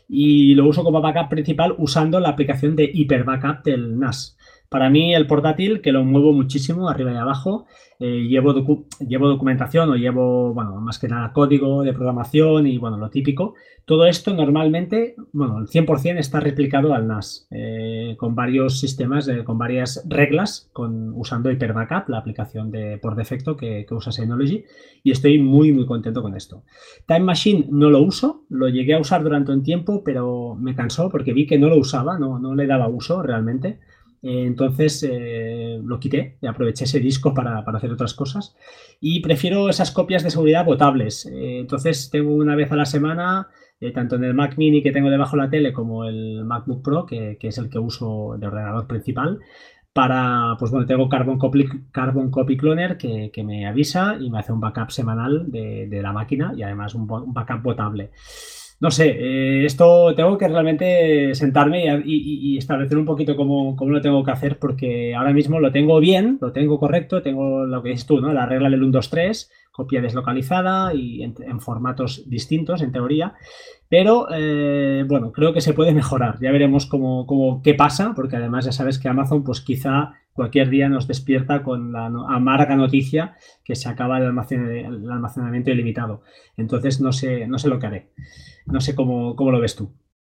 Y lo uso como backup principal usando la aplicación de Hyper Backup del N A S. Para mí el portátil, que lo muevo muchísimo arriba y abajo, eh, llevo, docu llevo documentación o llevo, bueno, más que nada código de programación y, bueno, lo típico. Todo esto normalmente, bueno, el cien por cien está replicado al N A S, eh, con varios sistemas, eh, con varias reglas, con, usando Hyper Backup, la aplicación de, por defecto que, que usa Synology, y estoy muy, muy contento con esto. Time Machine no lo uso, lo llegué a usar durante un tiempo, pero me cansó porque vi que no lo usaba, no, no le daba uso realmente. Eh, entonces eh, lo quité y aproveché ese disco para, para hacer otras cosas. Y prefiero esas copias de seguridad botables. Eh, entonces tengo una vez a la semana, eh, tanto en el Mac Mini que tengo debajo de la tele como el MacBook Pro, que, que es el que uso de ordenador principal, para, pues bueno, tengo Carbon Copy, Carbon Copy Cloner que, que me avisa y me hace un backup semanal de, de la máquina y además un, un backup botable. No sé, eh, esto tengo que realmente sentarme y, y, y establecer un poquito cómo, cómo lo tengo que hacer porque ahora mismo lo tengo bien, lo tengo correcto, tengo lo que dices tú, ¿no? La regla del uno, dos, tres, copia deslocalizada y en, en formatos distintos en teoría. Pero, eh, bueno, creo que se puede mejorar. Ya veremos cómo, cómo, qué pasa, porque además ya sabes que Amazon, pues quizá cualquier día nos despierta con la no, amarga noticia que se acaba el, almacen, el almacenamiento ilimitado. Entonces no sé, no sé lo que haré. No sé cómo, cómo lo ves tú.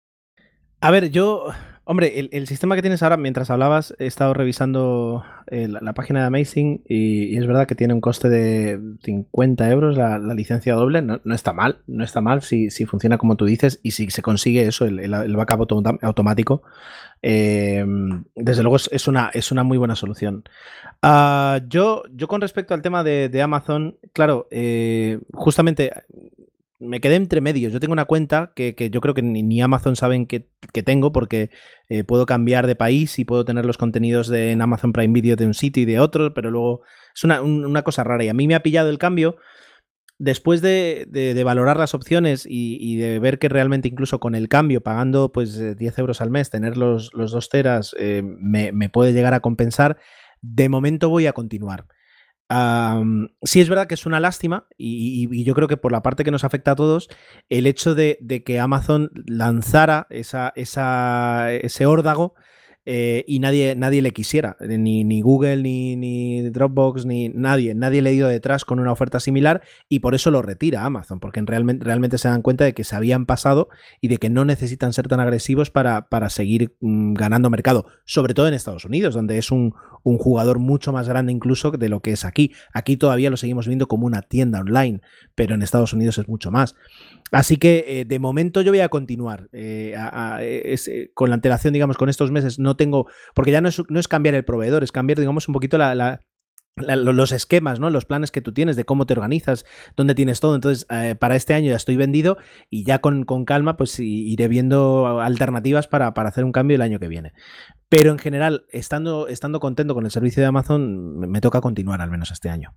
A ver, yo, hombre, el, el sistema que tienes ahora, mientras hablabas, he estado revisando eh, la, la página de Amazing y, y es verdad que tiene un coste de cincuenta euros la, la licencia doble. No, no está mal, no está mal si, si funciona como tú dices y si se consigue eso, el, el, el backup autom automático. Eh, desde luego es, es, una, es una muy buena solución. Uh, yo, yo con respecto al tema de, de Amazon, claro, eh, justamente me quedé entre medios. Yo tengo una cuenta que, que yo creo que ni, ni Amazon saben que, que tengo porque eh, puedo cambiar de país y puedo tener los contenidos de, en Amazon Prime Video de un sitio y de otro, pero luego es una, un, una cosa rara y a mí me ha pillado el cambio. Después de, de, de valorar las opciones y, y de ver que realmente incluso con el cambio, pagando pues diez euros al mes, tener los, los dos teras eh, me, me puede llegar a compensar, de momento voy a continuar. Um, sí es verdad que es una lástima y, y, y yo creo que por la parte que nos afecta a todos, el hecho de, de que Amazon lanzara esa, esa, ese órdago eh, y nadie, nadie le quisiera, ni, ni Google, ni, ni Dropbox, ni nadie, nadie le ha ido detrás con una oferta similar y por eso lo retira Amazon, porque realmente, realmente se dan cuenta de que se habían pasado y de que no necesitan ser tan agresivos para, para seguir mmm, ganando mercado, sobre todo en Estados Unidos, donde es un, un jugador mucho más grande incluso de lo que es aquí. Aquí todavía lo seguimos viendo como una tienda online, pero en Estados Unidos es mucho más. Así que eh, de momento yo voy a continuar eh, a, a, es, eh, con la antelación, digamos, con estos meses no tengo, porque ya no es, no es cambiar el proveedor, es cambiar, digamos, un poquito la, la La, los esquemas, ¿no? Los planes que tú tienes de cómo te organizas, dónde tienes todo. Entonces, eh, para este año ya estoy vendido y ya con, con calma, pues iré viendo alternativas para, para hacer un cambio el año que viene. Pero en general, estando, estando contento con el servicio de Amazon, me, me toca continuar al menos este año.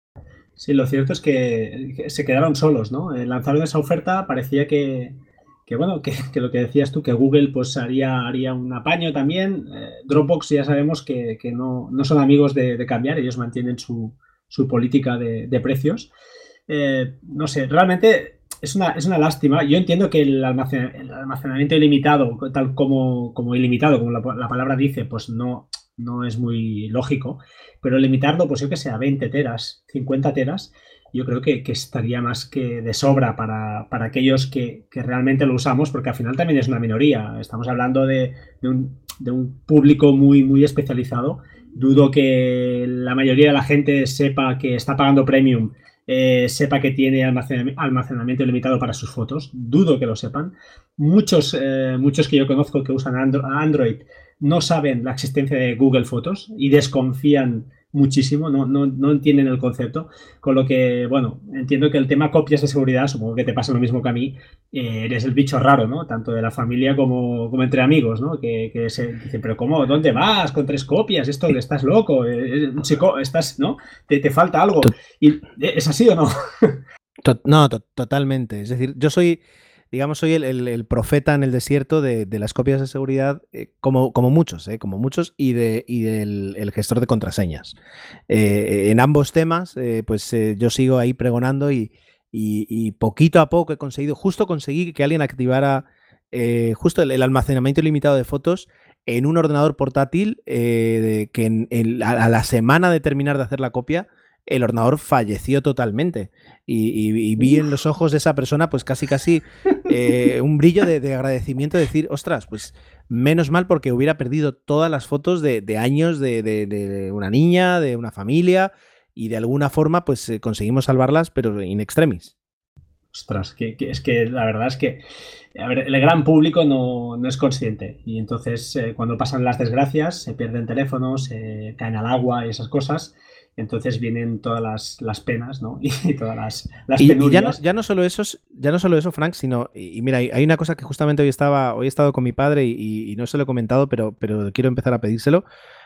Sí, lo cierto es que se quedaron solos, ¿no? Eh, lanzaron esa oferta, parecía que, que bueno, que, que lo que decías tú, que Google pues haría, haría un apaño también. Eh, Dropbox ya sabemos que, que no, no son amigos de, de cambiar, ellos mantienen su, su política de, de precios. Eh, no sé, realmente es una, es una lástima. Yo entiendo que el, almacen, el almacenamiento ilimitado, tal como, como ilimitado, como la, la palabra dice, pues no, no es muy lógico, pero limitarlo, pues yo que sé, a veinte teras, cincuenta teras, yo creo que, que estaría más que de sobra para, para aquellos que, que realmente lo usamos, porque al final también es una minoría. Estamos hablando de, de, un, de un público muy, muy especializado. Dudo que la mayoría de la gente sepa que está pagando premium, eh, sepa que tiene almacenamiento, almacenamiento ilimitado para sus fotos. Dudo que lo sepan. Muchos, eh, muchos que yo conozco que usan Android no saben la existencia de Google Fotos y desconfían muchísimo, no, no, no entienden el concepto, con lo que, bueno, entiendo que el tema copias de seguridad, supongo que te pasa lo mismo que a mí, eh, eres el bicho raro, ¿no? Tanto de la familia como, como entre amigos, ¿no? Que, que se dicen, pero ¿cómo? ¿Dónde vas con tres copias? Esto, estás loco, eh, chico, estás, ¿no? Te, te falta algo. ¿Y es así o no? No, to totalmente. Es decir, yo soy, digamos, soy el, el, el profeta en el desierto de, de las copias de seguridad, eh, como, como muchos, eh, como muchos, y, de, y del el gestor de contraseñas. Eh, en ambos temas, eh, pues eh, yo sigo ahí pregonando y, y, y poquito a poco he conseguido, justo conseguí que alguien activara eh, justo el, el almacenamiento ilimitado de fotos en un ordenador portátil eh, de, que en, en, a, a la semana de terminar de hacer la copia, el ordenador falleció totalmente y, y, y vi en los ojos de esa persona pues casi casi eh, un brillo de, de agradecimiento, de decir, ostras, pues menos mal porque hubiera perdido todas las fotos de, de años de, de, de una niña, de una familia y de alguna forma pues eh, conseguimos salvarlas pero in extremis. Ostras, que, que es que la verdad es que a ver, el gran público no, no es consciente y entonces eh, cuando pasan las desgracias se pierden teléfonos, se caen al agua y esas cosas. Entonces vienen todas las, las penas, ¿no? Y todas las, las y, penurias. Y ya no, ya no solo eso, ya no solo eso, Frank, sino, y, y mira, hay, hay una cosa que justamente hoy estaba, hoy he estado con mi padre y, y no se lo he comentado, pero, pero quiero empezar a pedírselo.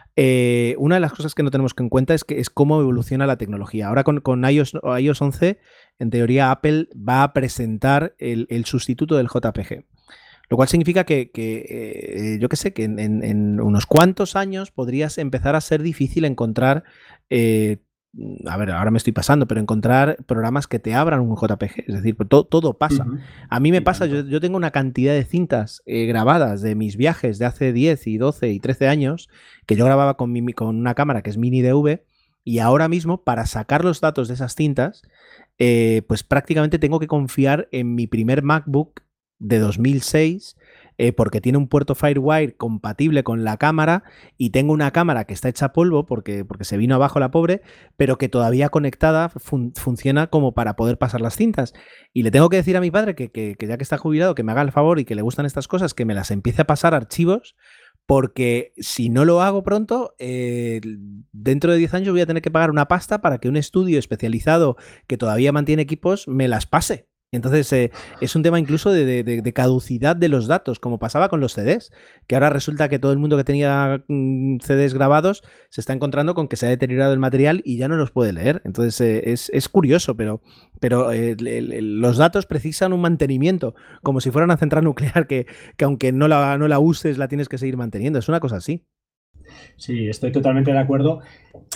Eh, una de las cosas que no tenemos que en cuenta es que es cómo evoluciona la tecnología. Ahora con, con iOS, iOS once, en teoría Apple va a presentar el, el sustituto del J P G. Lo cual significa que, que eh, yo qué sé, que en, en, en unos cuantos años podrías empezar a ser difícil encontrar, eh, a ver, ahora me estoy pasando, pero encontrar programas que te abran un J P G. Es decir, todo, todo pasa. Uh-huh. A mí me y pasa, yo, yo tengo una cantidad de cintas eh, grabadas de mis viajes de hace diez y doce y trece años que yo grababa con, mi, con una cámara que es mini D V y ahora mismo para sacar los datos de esas cintas, eh, pues prácticamente tengo que confiar en mi primer MacBook de dos mil seis, eh, porque tiene un puerto FireWire compatible con la cámara y tengo una cámara que está hecha polvo porque, porque se vino abajo la pobre, pero que todavía conectada fun funciona como para poder pasar las cintas. Y le tengo que decir a mi padre que, que, que ya que está jubilado, que me haga el favor y que le gustan estas cosas, que me las empiece a pasar archivos, porque si no lo hago pronto, eh, dentro de diez años voy a tener que pagar una pasta para que un estudio especializado que todavía mantiene equipos me las pase. Entonces, eh, es un tema incluso de, de, de caducidad de los datos, como pasaba con los C Ds, que ahora resulta que todo el mundo que tenía mm, C Ds grabados se está encontrando con que se ha deteriorado el material y ya no los puede leer. Entonces, eh, es, es curioso, pero, pero eh, el, el, los datos precisan un mantenimiento, como si fuera una central nuclear que, que aunque no la, no la uses, la tienes que seguir manteniendo. Es una cosa así. Sí, estoy totalmente de acuerdo.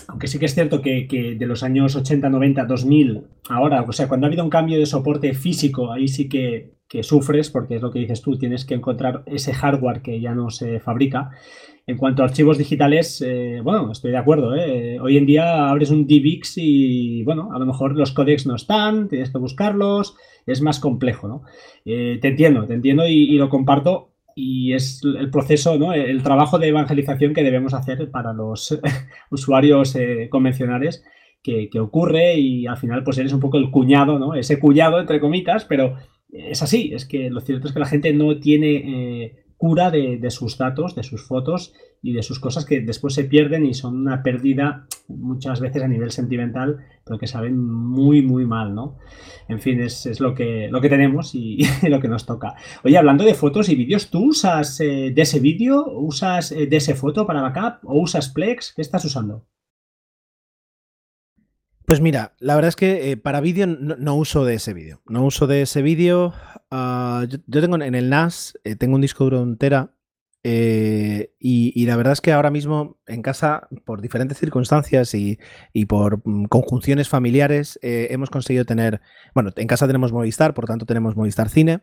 aunque sí que es cierto que, que de los años ochenta, noventa, dos mil, ahora, o sea, cuando ha habido un cambio de soporte físico, ahí sí que, que sufres, porque es lo que dices tú, tienes que encontrar ese hardware que ya no se fabrica. En cuanto a archivos digitales, eh, bueno, estoy de acuerdo, ¿eh? Hoy en día abres un D V X y, bueno, a lo mejor los códecs no están, tienes que buscarlos, es más complejo, ¿no? Eh, te entiendo, te entiendo y, y lo comparto. Y es el proceso, ¿no? El trabajo de evangelización que debemos hacer para los usuarios eh, convencionales que, que ocurre y al final pues eres un poco el cuñado, ¿no? Ese cuñado entre comitas, pero es así, es que lo cierto es que la gente no tiene eh, cura de, de sus datos, de sus fotos y de sus cosas que después se pierden y son una pérdida muchas veces a nivel sentimental, pero que saben muy, muy mal, ¿no? En fin, es, es lo, que, lo que tenemos y, y lo que nos toca. Oye, hablando de fotos y vídeos, ¿tú usas eh, D S Video, usas eh, D S Foto para backup o usas Plex? ¿Qué estás usando? Pues mira, la verdad es que eh, para vídeo no, no uso de ese vídeo. No uso de ese vídeo. Uh, yo, yo tengo en el N A S, eh, tengo un disco duro de un tera. Eh, y, y la verdad es que ahora mismo en casa, por diferentes circunstancias y, y por mm, conjunciones familiares, eh, hemos conseguido tener. Bueno, en casa tenemos Movistar, por tanto tenemos Movistar Cine.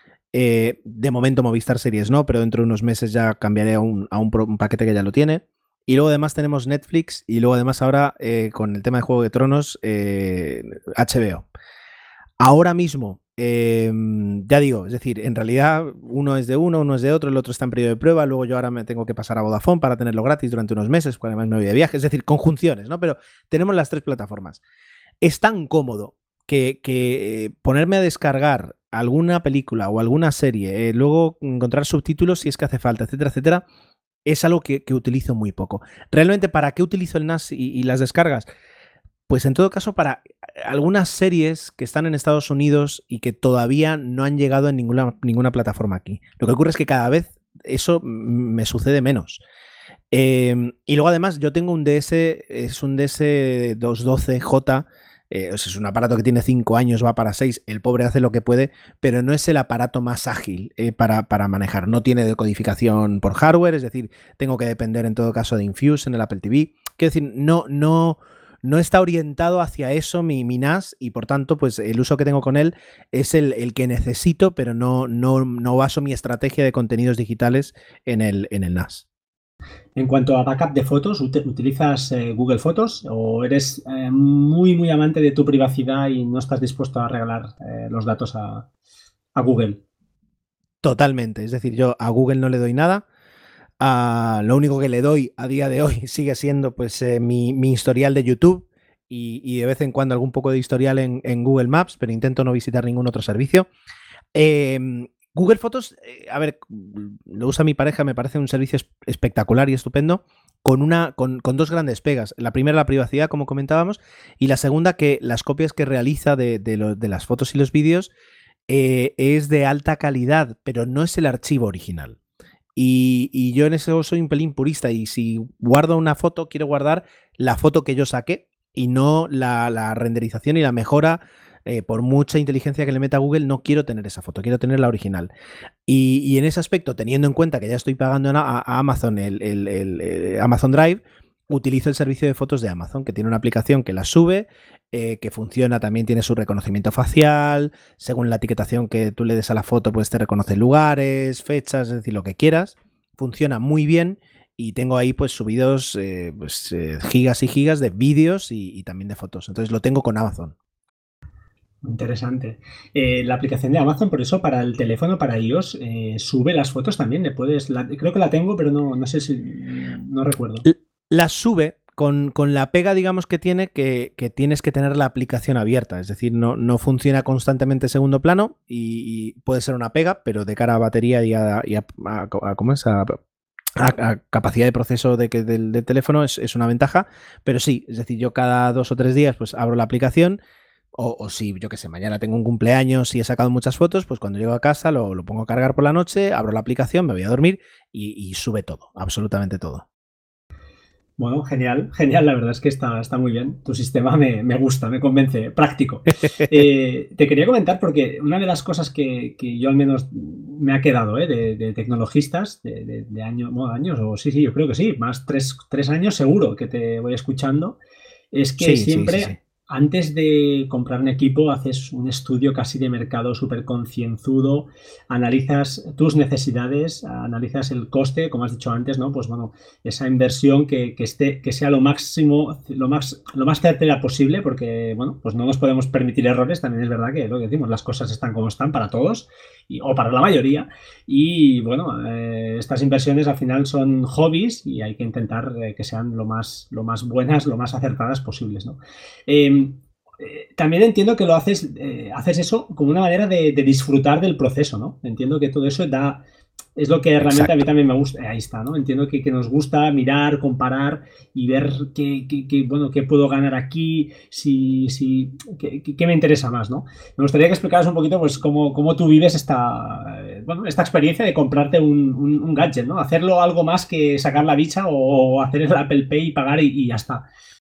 Eh, de momento Movistar Series no, pero dentro de unos meses ya cambiaré a un, a un, pro, un paquete que ya lo tiene. Y luego además tenemos Netflix y luego además ahora eh, con el tema de Juego de Tronos, eh, H B O. Ahora mismo, eh, ya digo, es decir, en realidad uno es de uno, uno es de otro, el otro está en periodo de prueba, luego yo ahora me tengo que pasar a Vodafone para tenerlo gratis durante unos meses, porque además me voy de viaje, es decir, conjunciones, ¿no? Pero tenemos las tres plataformas. Es tan cómodo que, que eh, ponerme a descargar alguna película o alguna serie, eh, luego encontrar subtítulos si es que hace falta, etcétera, etcétera, es algo que, que utilizo muy poco. Realmente, ¿para qué utilizo el N A S y, y las descargas? Pues en todo caso para algunas series que están en Estados Unidos y que todavía no han llegado en ninguna, ninguna plataforma aquí. Lo que ocurre es que cada vez eso me sucede menos. Eh, y luego además yo tengo un D S, es un D S doscientos doce J, eh, es un aparato que tiene cinco años, va para seis, el pobre hace lo que puede, pero no es el aparato más ágil eh, para, para manejar, no tiene decodificación por hardware, es decir, tengo que depender en todo caso de Infuse en el Apple T V, quiero decir, no, no, no está orientado hacia eso mi, mi N A S y por tanto pues el uso que tengo con él es el, el que necesito, pero no, no, no baso mi estrategia de contenidos digitales en el, en el N A S. En cuanto a backup de fotos, ¿utilizas eh, Google Fotos o eres eh, muy, muy amante de tu privacidad y no estás dispuesto a regalar eh, los datos a, a Google? Totalmente, es decir, yo a Google no le doy nada. Uh, lo único que le doy a día de hoy sigue siendo pues eh, mi, mi historial de YouTube y, y de vez en cuando algún poco de historial en, en Google Maps, pero intento no visitar ningún otro servicio. Eh, Google Fotos, eh, a ver, lo usa mi pareja, me parece un servicio espectacular y estupendo, con, una, con, con dos grandes pegas. La primera, la privacidad, como comentábamos, y la segunda, que las copias que realiza de, de, lo, de las fotos y los vídeos eh, es de alta calidad, pero no es el archivo original. Y, y yo en eso soy un pelín purista, y si guardo una foto, quiero guardar la foto que yo saqué y no la, la renderización y la mejora. Eh, por mucha inteligencia que le meta a Google, no quiero tener esa foto, quiero tener la original. Y, y en ese aspecto, teniendo en cuenta que ya estoy pagando a, a Amazon el, el, el, el Amazon Drive, utilizo el servicio de fotos de Amazon, que tiene una aplicación que las sube, eh, que funciona, también tiene su reconocimiento facial, según la etiquetación que tú le des a la foto, pues te reconoce lugares, fechas, es decir, lo que quieras. Funciona muy bien y tengo ahí pues subidos eh, pues, eh, gigas y gigas de vídeos y, y también de fotos. Entonces lo tengo con Amazon. Interesante. Eh, la aplicación de Amazon, por eso, para el teléfono, para iOS, eh, sube las fotos también. Le puedes, la, creo que la tengo, pero no, no sé si, no recuerdo. Las sube con, con la pega, digamos, que tiene, que, que tienes que tener la aplicación abierta. Es decir, no, no funciona constantemente en segundo plano y, y puede ser una pega, pero de cara a batería y a, y a, a, a ¿cómo es? A, A, a capacidad de proceso de que del, del teléfono es, es una ventaja, pero sí, es decir, yo cada dos o tres días pues abro la aplicación o, o si, yo qué sé, mañana tengo un cumpleaños y he sacado muchas fotos, pues cuando llego a casa lo, lo pongo a cargar por la noche, abro la aplicación, me voy a dormir y, y sube todo, absolutamente todo. Bueno, genial, genial, la verdad es que está, está muy bien. Tu sistema me, me gusta, me convence, práctico. Eh, te quería comentar porque una de las cosas que, que yo al menos me ha quedado eh, de, de tecnologistas, de, de, de años, bueno, años, o sí, sí, yo creo que sí, más tres, tres años seguro que te voy escuchando, es que Sí, sí, sí, sí. siempre antes de comprar un equipo haces un estudio casi de mercado súper concienzudo, analizas tus necesidades, analizas el coste, como has dicho antes, ¿no? Pues bueno, esa inversión que, que, esté, que sea lo máximo, lo más, lo más certera posible, porque bueno, pues no nos podemos permitir errores. También es verdad que lo que decimos, las cosas están como están para todos y, o para la mayoría. Y bueno, eh, estas inversiones al final son hobbies y hay que intentar eh, que sean lo más, lo más buenas, lo más acertadas posibles, ¿no? Eh, eh, también entiendo que lo haces, eh, haces eso como una manera de, de disfrutar del proceso, ¿no? Entiendo que todo eso da, es lo que realmente a mí Exacto. también me gusta. Ahí está, ¿no? Entiendo que, que nos gusta mirar, comparar y ver qué, qué, qué, bueno, qué puedo ganar aquí, si, si, qué, qué me interesa más, ¿no? Me gustaría que explicaras un poquito pues, cómo, cómo tú vives esta, eh, bueno, esta experiencia de comprarte un, un, un, gadget, ¿no? Hacerlo algo más que sacar la bicha o, o hacer el Apple Pay y pagar y, y ya está.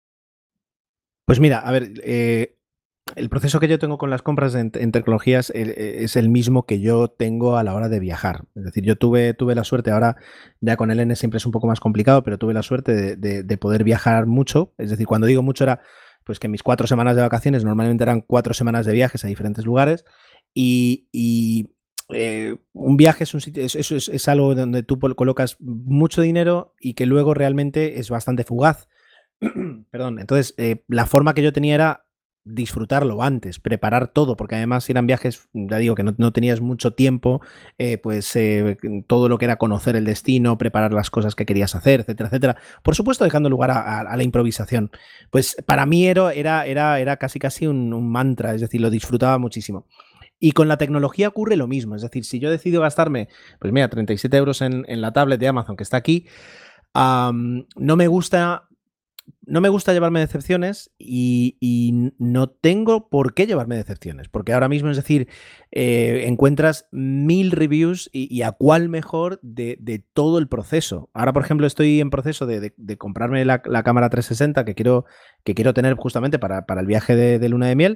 Pues mira, a ver, eh, el proceso que yo tengo con las compras en, en tecnologías eh, es el mismo que yo tengo a la hora de viajar. Es decir, yo tuve, tuve la suerte, ahora ya con el N siempre es un poco más complicado, pero tuve la suerte de, de, de poder viajar mucho. Es decir, cuando digo mucho era pues que mis cuatro semanas de vacaciones normalmente eran cuatro semanas de viajes a diferentes lugares y, y eh, un viaje es un sitio, es, es, es algo donde tú colocas mucho dinero y que luego realmente es bastante fugaz. Perdón, entonces eh, la forma que yo tenía era disfrutarlo antes, preparar todo, porque además eran viajes, ya digo que no, no tenías mucho tiempo, eh, pues eh, todo lo que era conocer el destino, preparar las cosas que querías hacer, etcétera, etcétera. Por supuesto, dejando lugar a, a, a la improvisación. Pues para mí era, era, era, era casi casi un, un mantra, es decir, lo disfrutaba muchísimo. Y con la tecnología ocurre lo mismo, es decir, si yo decido gastarme, pues mira, treinta y siete euros en, en la tablet de Amazon que está aquí, um, no me gusta no me gusta llevarme decepciones y, y, no tengo por qué llevarme decepciones, porque ahora mismo, es decir, eh, encuentras mil reviews y, y a cuál mejor de, de, todo el proceso. Ahora, por ejemplo, estoy en proceso de, de, de comprarme la, la cámara trescientos sesenta que quiero, que quiero tener justamente para, para el viaje de, de luna de miel.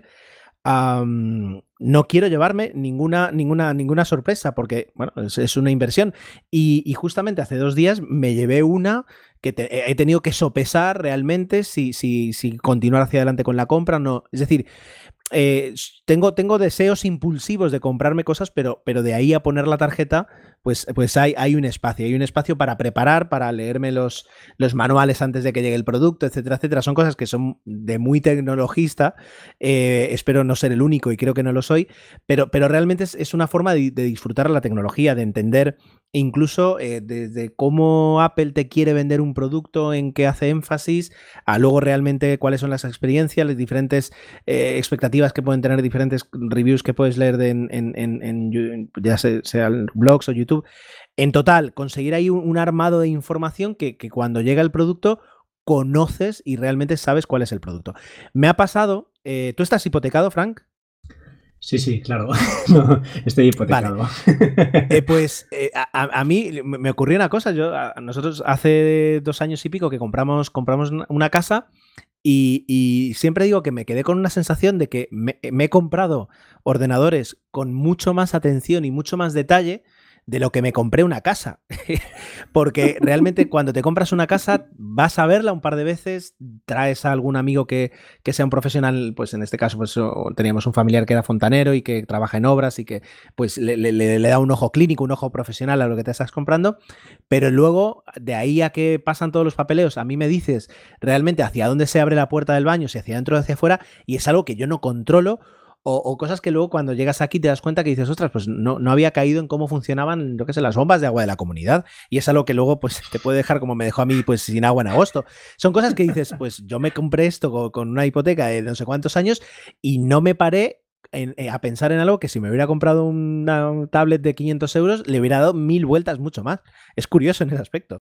Um, no quiero llevarme ninguna, ninguna, ninguna sorpresa porque, bueno, es, es una inversión. Y, y justamente hace dos días me llevé una que te, he tenido que sopesar realmente si, si, si continuar hacia adelante con la compra o no. Es decir, eh, tengo, tengo deseos impulsivos de comprarme cosas, pero, pero de ahí a poner la tarjeta, pues, pues hay, hay un espacio. Hay un espacio para preparar, para leerme los, los manuales antes de que llegue el producto, etcétera, etcétera. Son cosas que son de muy tecnologista. Eh, espero no ser el único y creo que no lo soy, pero, pero realmente es, es una forma de, de disfrutar la tecnología, de entender incluso eh, desde cómo Apple te quiere vender un producto, en qué hace énfasis, a luego realmente cuáles son las experiencias, las diferentes eh, expectativas que pueden tener, diferentes reviews que puedes leer de en, en, en, en ya sea, sea blogs o YouTube. En total, conseguir ahí un, un armado de información que, que cuando llega el producto conoces y realmente sabes cuál es el producto. Me ha pasado, eh, ¿tú estás hipotecado, Frank? Sí, sí, claro. No, estoy Vale. hipotecado. Eh, pues eh, a, a, mí me ocurrió una cosa. Yo, a nosotros hace dos años y pico que compramos, compramos una casa y, y siempre digo que me quedé con una sensación de que me, me he comprado ordenadores con mucho más atención y mucho más detalle de lo que me compré una casa. Porque realmente cuando te compras una casa vas a verla un par de veces, traes a algún amigo que, que sea un profesional, pues en este caso pues, teníamos un familiar que era fontanero y que trabaja en obras y que pues le, le, le da un ojo clínico, un ojo profesional a lo que te estás comprando, pero luego de ahí a que pasan todos los papeleos, a mí me dices realmente hacia dónde se abre la puerta del baño, si hacia adentro o hacia afuera, y es algo que yo no controlo. O, o cosas que luego cuando llegas aquí te das cuenta que dices, ostras, pues no, no había caído en cómo funcionaban, lo que sé, las bombas de agua de la comunidad. Y es algo que luego pues te puede dejar como me dejó a mí pues sin agua en agosto. Son cosas que dices, pues yo me compré esto con, con una hipoteca de no sé cuántos años y no me paré en, eh, a pensar en algo que si me hubiera comprado una tablet de quinientos euros le hubiera dado mil vueltas mucho más. Es curioso en ese aspecto.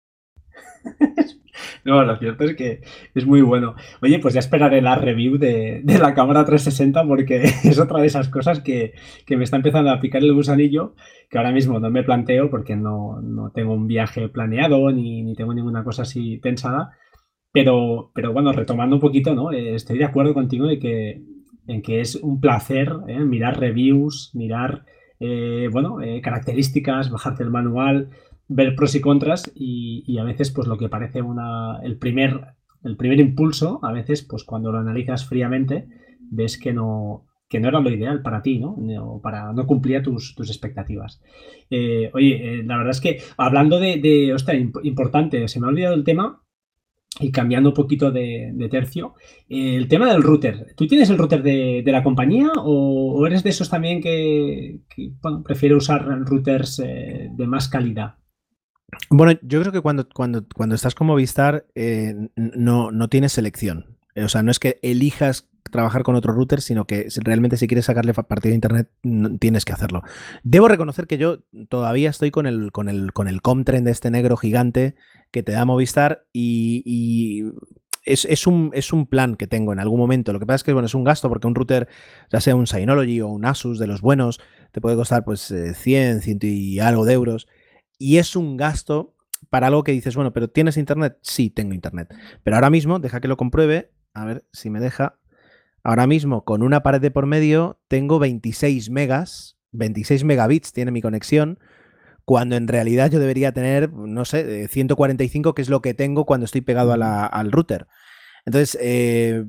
No, lo cierto es que es muy bueno. Oye, pues ya esperaré la review de, de la cámara trescientos sesenta porque es otra de esas cosas que, que me está empezando a picar el gusanillo, que ahora mismo no me planteo porque no, no tengo un viaje planeado ni, ni tengo ninguna cosa así pensada. Pero, pero bueno, retomando un poquito, ¿no? Eh, estoy de acuerdo contigo de que, en que es un placer ¿eh? mirar reviews, mirar, eh, bueno, eh, características, bajarte el manual, ver pros y contras y, y a veces, pues lo que parece una, el primer, el primer impulso, a veces, pues cuando lo analizas fríamente, ves que no, que no era lo ideal para ti, ¿no? O para no cumplía tus, tus expectativas. Eh, oye, eh, la verdad es que hablando de, de ostras, imp- importante, se me ha olvidado el tema y cambiando un poquito de, de tercio, eh, el tema del router. ¿Tú tienes el router de, de la compañía o, o eres de esos también que, que, bueno, prefiere usar routers eh, de más calidad? Bueno, yo creo que cuando, cuando, cuando estás con Movistar eh, no, no tienes selección. O sea, no es que elijas trabajar con otro router, sino que realmente si quieres sacarle partido de internet no, tienes que hacerlo. Debo reconocer que yo todavía estoy con el, con el, con el Comtrend de este negro gigante que te da Movistar y, y es, es, un, es un plan que tengo en algún momento. Lo que pasa es que bueno, es un gasto porque un router, ya sea un Synology o un Asus de los buenos, te puede costar pues cien, cien y algo de euros. Y es un gasto para algo que dices, bueno, pero ¿tienes internet? Sí, tengo internet. Pero ahora mismo, deja que lo compruebe, a ver si me deja. Ahora mismo, con una pared de por medio, tengo veintiséis megas, veintiséis megabits tiene mi conexión, cuando en realidad yo debería tener, no sé, ciento cuarenta y cinco, que es lo que tengo cuando estoy pegado a la, al router. Entonces, eh,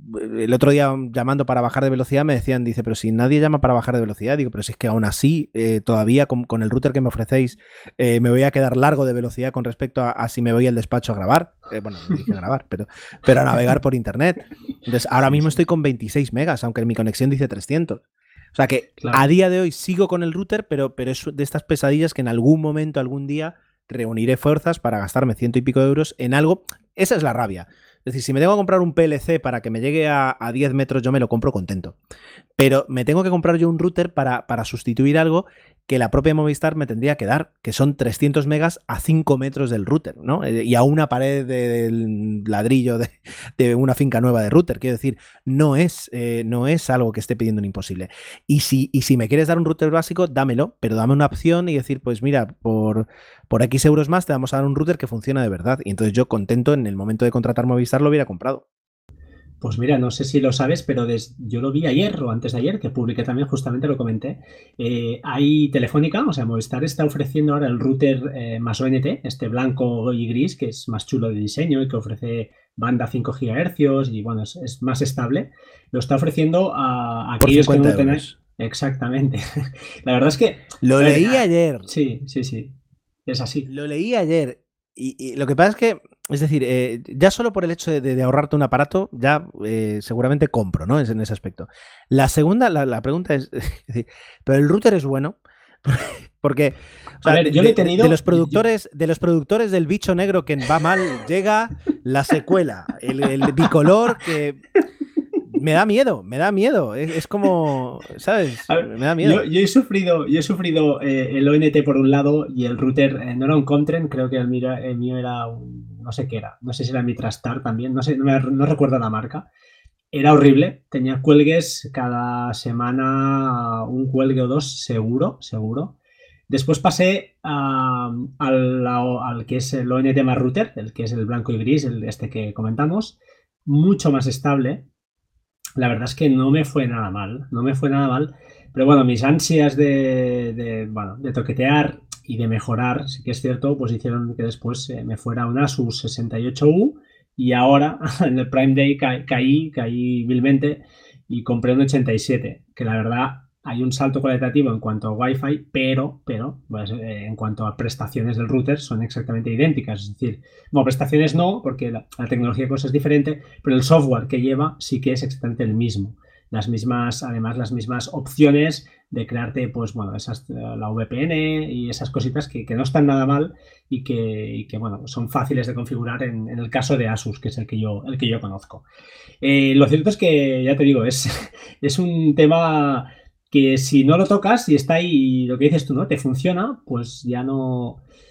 el otro día llamando para bajar de velocidad me decían, dice, pero si nadie llama para bajar de velocidad, digo, pero si es que aún así, eh, todavía con, con el router que me ofrecéis, eh, me voy a quedar largo de velocidad con respecto a, a si me voy al despacho a grabar. Eh, bueno, no dije grabar, pero, pero a navegar por internet. Entonces, ahora Sí, mismo sí, estoy con veintiséis megas, aunque mi conexión dice trescientos. O sea que claro. a día de hoy sigo con el router, pero, pero es de estas pesadillas que en algún momento, algún día, reuniré fuerzas para gastarme ciento y pico de euros en algo. Esa es la rabia. Es decir, si me tengo que comprar un P L C para que me llegue a, a diez metros, yo me lo compro contento. Pero me tengo que comprar yo un router para, para sustituir algo que la propia Movistar me tendría que dar, que son trescientos megas a cinco metros del router, ¿no? Y a una pared del ladrillo de, de una finca nueva de router. Quiero decir, no es, eh, no es algo que esté pidiendo un imposible. Y si, y si me quieres dar un router básico, dámelo, pero dame una opción y decir, pues mira, por, por X euros más te vamos a dar un router que funciona de verdad. Y entonces yo contento en el momento de contratar Movistar lo hubiera comprado. Pues mira, no sé si lo sabes, pero des, yo lo vi ayer o antes de ayer, que publiqué también, justamente lo comenté. Eh, hay Telefónica, o sea, Movistar está ofreciendo ahora el router eh, más O N T, este blanco y gris, que es más chulo de diseño y que ofrece banda cinco gigahercios y bueno, es, es más estable. Lo está ofreciendo a, a Por aquellos que no cincuenta lo tengan. euros. Exactamente. La verdad es que, Lo a ver, leí ah, ayer. sí, sí, sí, es así. Lo leí ayer. Y, y lo que pasa es que, es decir, eh, ya solo por el hecho de, de, de ahorrarte un aparato, ya eh, seguramente compro, ¿no? Es en ese aspecto. La segunda, la, la pregunta es, es decir, ¿pero el router es bueno? Porque, o A sea, ver, de, yo lo he de, de tenido. los yo- yo- productores, de los productores del bicho negro que va mal, llega la secuela, el, el bicolor que me da miedo, me da miedo. Es, es como, ¿sabes? A ver, Me da yo, miedo. yo he sufrido, yo he sufrido eh, el O N T por un lado y el router eh, no era un Comtrend, creo que el mío, el mío era un, no sé qué era, no sé si era mi Trastar también, no sé, no, me- no recuerdo la marca. Era horrible, tenía cuelgues cada semana, un cuelgue o dos, seguro, seguro. Después pasé a- al, al que es el O N T más router, el que es el blanco y gris, el este que comentamos, mucho más estable. La verdad es que no me fue nada mal, no me fue nada mal, pero bueno, mis ansias de, de, bueno, de toquetear y de mejorar, sí que es cierto, pues hicieron que después eh, me fuera un Asus sesenta y ocho U y ahora en el Prime Day ca caí, caí vilmente y compré un ochenta y siete, que la verdad hay un salto cualitativo en cuanto a Wi-Fi, pero, pero pues, eh, en cuanto a prestaciones del router son exactamente idénticas, es decir, bueno, prestaciones no, porque la, la tecnología pues es diferente, pero el software que lleva sí que es exactamente el mismo. Las mismas, además, las mismas opciones de crearte, pues bueno, esas, la V P N y esas cositas que, que no están nada mal y que, y que, bueno, son fáciles de configurar en, en el caso de Asus, que es el que yo, el que yo conozco. Eh, lo cierto es que, ya te digo, es, es un tema que si no lo tocas y está ahí y lo que dices tú, ¿no? Te funciona, pues ya no,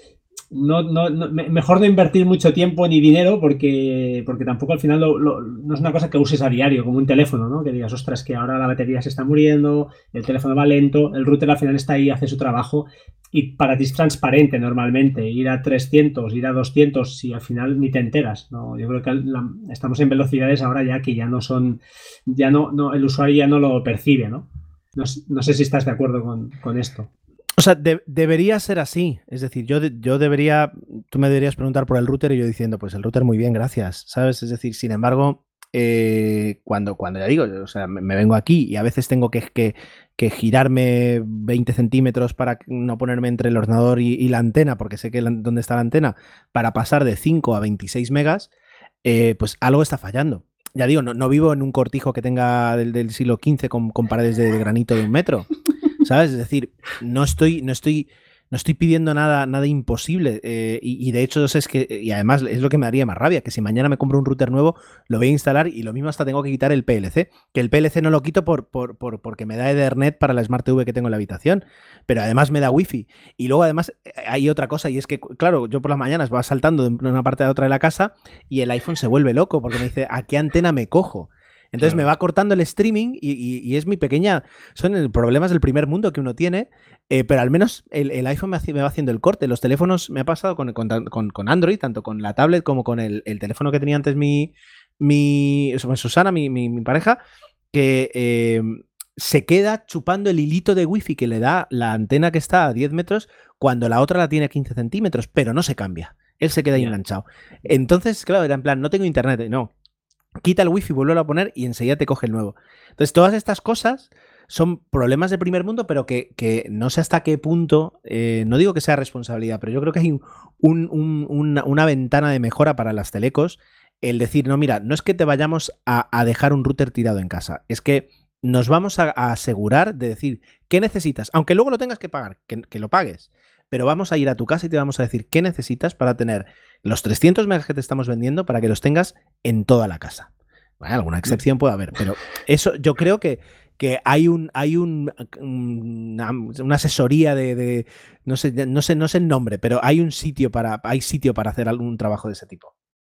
no, no, no, mejor no invertir mucho tiempo ni dinero porque, porque tampoco al final lo, lo, no es una cosa que uses a diario, como un teléfono, ¿no? Que digas, ostras, que ahora la batería se está muriendo, el teléfono va lento, el router al final está ahí, hace su trabajo y para ti es transparente normalmente, ir a trescientos, ir a doscientos, si al final ni te enteras, ¿no? Yo creo que la, estamos en velocidades ahora ya que ya no son, ya no, no el usuario ya no lo percibe, ¿no? No, no sé si estás de acuerdo con, con esto. O sea, de, debería ser así. Es decir, yo, de, yo debería, tú me deberías preguntar por el router y yo diciendo, pues el router muy bien, gracias, ¿sabes? Es decir, sin embargo, eh, cuando, cuando ya digo, o sea, me, me vengo aquí y a veces tengo que, que, que girarme veinte centímetros para no ponerme entre el ordenador y, y la antena, porque sé que la, dónde está la antena, para pasar de cinco a veintiséis megas, eh, pues algo está fallando. Ya digo, no, no vivo en un cortijo que tenga del, del siglo quince con, con paredes de, de granito de un metro. ¿Sabes? Es decir, no estoy, no estoy, no estoy pidiendo nada, nada imposible. Eh, y, y de hecho, es que, y además es lo que me daría más rabia, que si mañana me compro un router nuevo, lo voy a instalar y lo mismo hasta tengo que quitar el P L C. Que el P L C no lo quito por, por, por, porque me da Ethernet para la Smart T V que tengo en la habitación. Pero además me da Wi-Fi. Y luego además hay otra cosa, y es que, claro, yo por las mañanas voy saltando de una parte a otra de la casa y el iPhone se vuelve loco porque me dice, ¿a qué antena me cojo? Entonces claro. me va cortando el streaming y, y, y es mi pequeña... Son problemas del primer mundo que uno tiene, eh, pero al menos el, el iPhone me, me va haciendo el corte. Los teléfonos me ha pasado con, con, con, con Android, tanto con la tablet como con el, el teléfono que tenía antes mi, mi Susana, mi, mi, mi pareja, que eh, se queda chupando el hilito de wifi que le da la antena que está a diez metros cuando la otra la tiene a quince centímetros, pero no se cambia. Él se queda ahí yeah. enganchado. Entonces, claro, era en plan, no tengo internet, no. Quita el wifi, vuelve a poner y enseguida te coge el nuevo. Entonces, todas estas cosas son problemas de primer mundo, pero que, que no sé hasta qué punto, eh, no digo que sea responsabilidad, pero yo creo que hay un, un, una, una ventana de mejora para las telecos, el decir, no, mira, no es que te vayamos a, a dejar un router tirado en casa, es que nos vamos a, a asegurar de decir qué necesitas, aunque luego lo tengas que pagar, que, que lo pagues, pero vamos a ir a tu casa y te vamos a decir qué necesitas para tener los trescientos megas que te estamos vendiendo para que los tengas en toda la casa. Bueno, alguna excepción puede haber, pero eso yo creo que, que hay un hay un una, una asesoría de, de no sé no sé no sé el nombre, pero hay un sitio para hay sitio para hacer algún trabajo de ese tipo.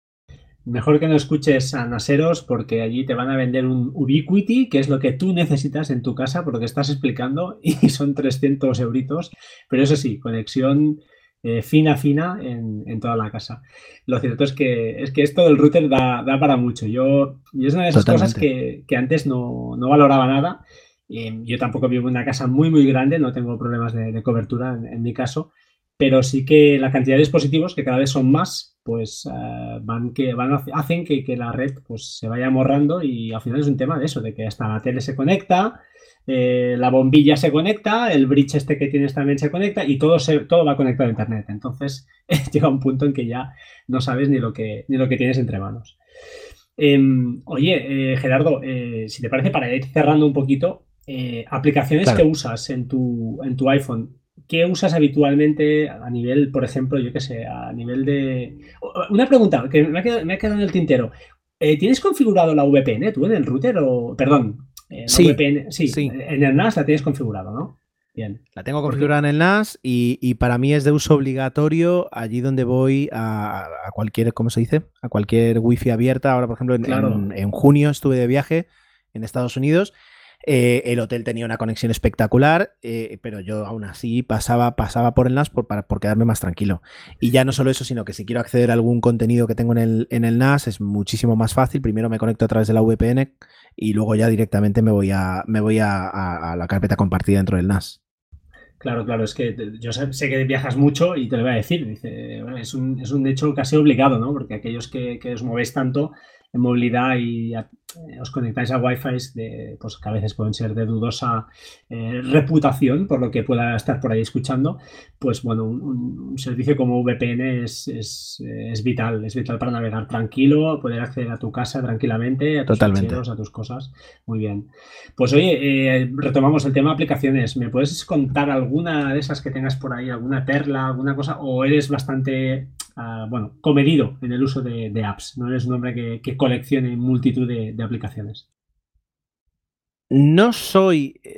Mejor que no escuches a Naseros porque allí te van a vender un Ubiquiti, que es lo que tú necesitas en tu casa, por lo que estás explicando, y son trescientos euritos, pero eso sí, conexión eh, fina, fina en, en toda la casa. Lo cierto es que, es que esto del router da, da para mucho. Yo, y es una de esas Totalmente. cosas que, que antes no, no valoraba nada. Eh, yo tampoco vivo en una casa muy, muy grande, no tengo problemas de, de cobertura en, en mi caso, pero sí que la cantidad de dispositivos, que cada vez son más, pues uh, van que van hacen que, que la red pues se vaya morrando y al final es un tema de eso, de que hasta la tele se conecta, eh, la bombilla se conecta, el bridge este que tienes también se conecta y todo, se, todo va conectado a internet. Entonces llega un punto en que ya no sabes ni lo que, ni lo que tienes entre manos. Eh, oye, eh, Gerardo, eh, si te parece, para ir cerrando un poquito, eh, aplicaciones claro. que usas en tu, en tu iPhone, ¿qué usas habitualmente a nivel, por ejemplo, yo qué sé, a nivel de... Una pregunta que me ha quedado, me ha quedado en el tintero. Eh, ¿Tienes configurado la V P N tú en el router o... Perdón, eh, la sí, V P N... Sí, sí, en el N A S la tienes configurado, ¿no? Bien. La tengo configurada en el N A S y, y para mí es de uso obligatorio allí donde voy a, a cualquier, ¿cómo se dice? A cualquier wifi abierta. Ahora, por ejemplo, en, claro. en, en junio estuve de viaje en Estados Unidos. Eh, el hotel tenía una conexión espectacular, eh, pero yo aún así pasaba, pasaba por el N A S por, para, por quedarme más tranquilo. Y ya no solo eso, sino que si quiero acceder a algún contenido que tengo en el, en el N A S es muchísimo más fácil. Primero me conecto a través de la V P N y luego ya directamente me voy a, me voy a, a, a la carpeta compartida dentro del N A S. Claro, claro, es que yo sé que viajas mucho y te lo voy a decir, dice, bueno, es, un, es un hecho casi obligado, ¿no? Porque aquellos que, que os movéis tanto en movilidad y a, eh, os conectáis a Wi-Fi de, pues que a veces pueden ser de dudosa eh, reputación, por lo que pueda estar por ahí escuchando, pues bueno, un, un servicio como V P N es, es, es vital, es vital para navegar tranquilo, poder acceder a tu casa tranquilamente, a tus Totalmente. ficheros, a tus cosas. Muy bien. Pues oye, eh, retomamos el tema aplicaciones. ¿Me puedes contar alguna de esas que tengas por ahí, alguna perla, alguna cosa? ¿O eres bastante, uh, bueno, comedido en el uso de, de apps? ¿No eres un hombre que, que coleccione multitud de, de aplicaciones? No soy,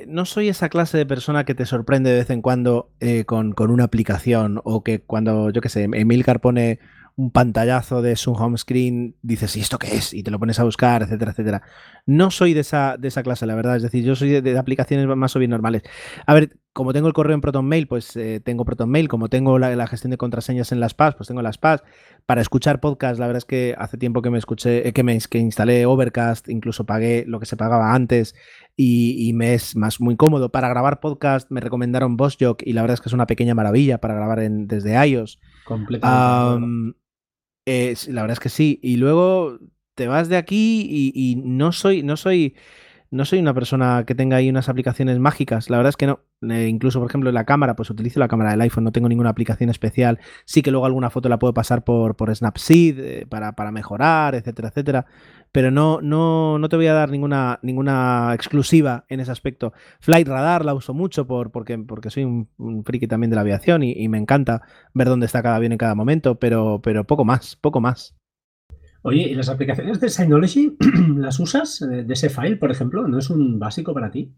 no soy esa clase de persona que te sorprende de vez en cuando eh, con, con una aplicación o que cuando, yo qué sé, Emilcar pone un pantallazo de su home screen, dices, ¿y esto qué es? Y te lo pones a buscar, etcétera, etcétera. No soy de esa, de esa clase, la verdad. Es decir, yo soy de, de aplicaciones más o bien normales. A ver, como tengo el correo en ProtonMail, pues eh, tengo ProtonMail. Como tengo la, la gestión de contraseñas en las P A S, pues tengo las P A S. Para escuchar podcast, la verdad es que hace tiempo que me escuché, eh, que me que instalé Overcast, incluso pagué lo que se pagaba antes y, y me es más muy cómodo. Para grabar podcast me recomendaron VozJock y la verdad es que es una pequeña maravilla para grabar en, desde iOS. Completamente de acuerdo. Um, eh, la verdad es que sí. Y luego te vas de aquí y, y no soy, no soy, no soy una persona que tenga ahí unas aplicaciones mágicas. La verdad es que no. Eh, incluso, por ejemplo, en la cámara, pues utilizo la cámara del iPhone, no tengo ninguna aplicación especial. Sí que luego alguna foto la puedo pasar por, por Snapseed eh, para, para mejorar, etcétera, etcétera. Pero no, no, no te voy a dar ninguna, ninguna exclusiva en ese aspecto. Flight Radar la uso mucho por, porque, porque soy un, un friki también de la aviación y, y me encanta ver dónde está cada avión en cada momento, pero, pero poco más, poco más. Oye, ¿y las aplicaciones de Synology las usas? Eh, De ese file, por ejemplo, ¿no es un básico para ti?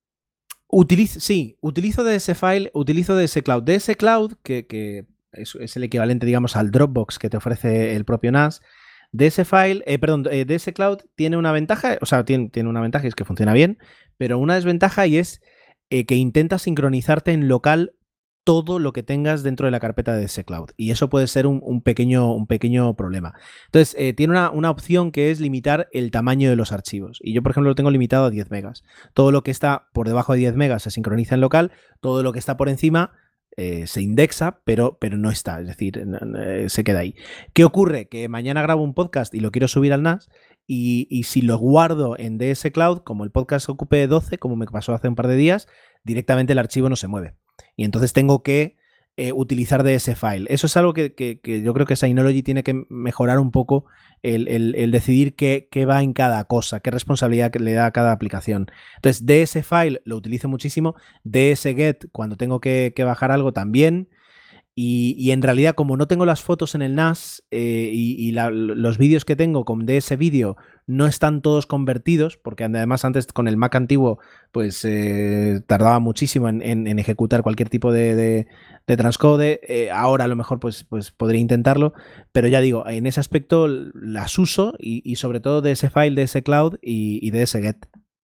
Utilizo, sí, utilizo D S File, utilizo D S Cloud. D S Cloud, que, que es, es el equivalente, digamos, al Dropbox que te ofrece el propio N A S. D S File, eh, perdón, eh, D S Cloud tiene una ventaja, o sea, tiene, tiene una ventaja y es que funciona bien, pero una desventaja y es eh, que intenta sincronizarte en local todo lo que tengas dentro de la carpeta de D S Cloud. Y eso puede ser un, un pequeño, un pequeño problema. Entonces, eh, tiene una, una opción que es limitar el tamaño de los archivos. Y yo, por ejemplo, lo tengo limitado a diez megas. Todo lo que está por debajo de diez megas se sincroniza en local, todo lo que está por encima eh, se indexa, pero, pero no está, es decir, eh, se queda ahí. ¿Qué ocurre? Que mañana grabo un podcast y lo quiero subir al N A S y, y si lo guardo en D S Cloud, como el podcast ocupe doce, como me pasó hace un par de días, directamente el archivo no se mueve. Y entonces tengo que eh, utilizar D S File. Eso es algo que, que, que yo creo que Synology tiene que mejorar un poco el, el, el decidir qué, qué va en cada cosa, qué responsabilidad le da a cada aplicación. Entonces, D S File lo utilizo muchísimo, D S Get cuando tengo que, que bajar algo también. Y, y, en realidad, como no tengo las fotos en el N A S eh, y, y la, los vídeos que tengo con D S Video no están todos convertidos, porque además antes con el Mac antiguo pues eh, tardaba muchísimo en, en, en ejecutar cualquier tipo de, de, de transcode, eh, ahora a lo mejor pues, pues podría intentarlo, pero ya digo, en ese aspecto las uso y, y sobre todo D S File, D S Cloud y, y D S Get.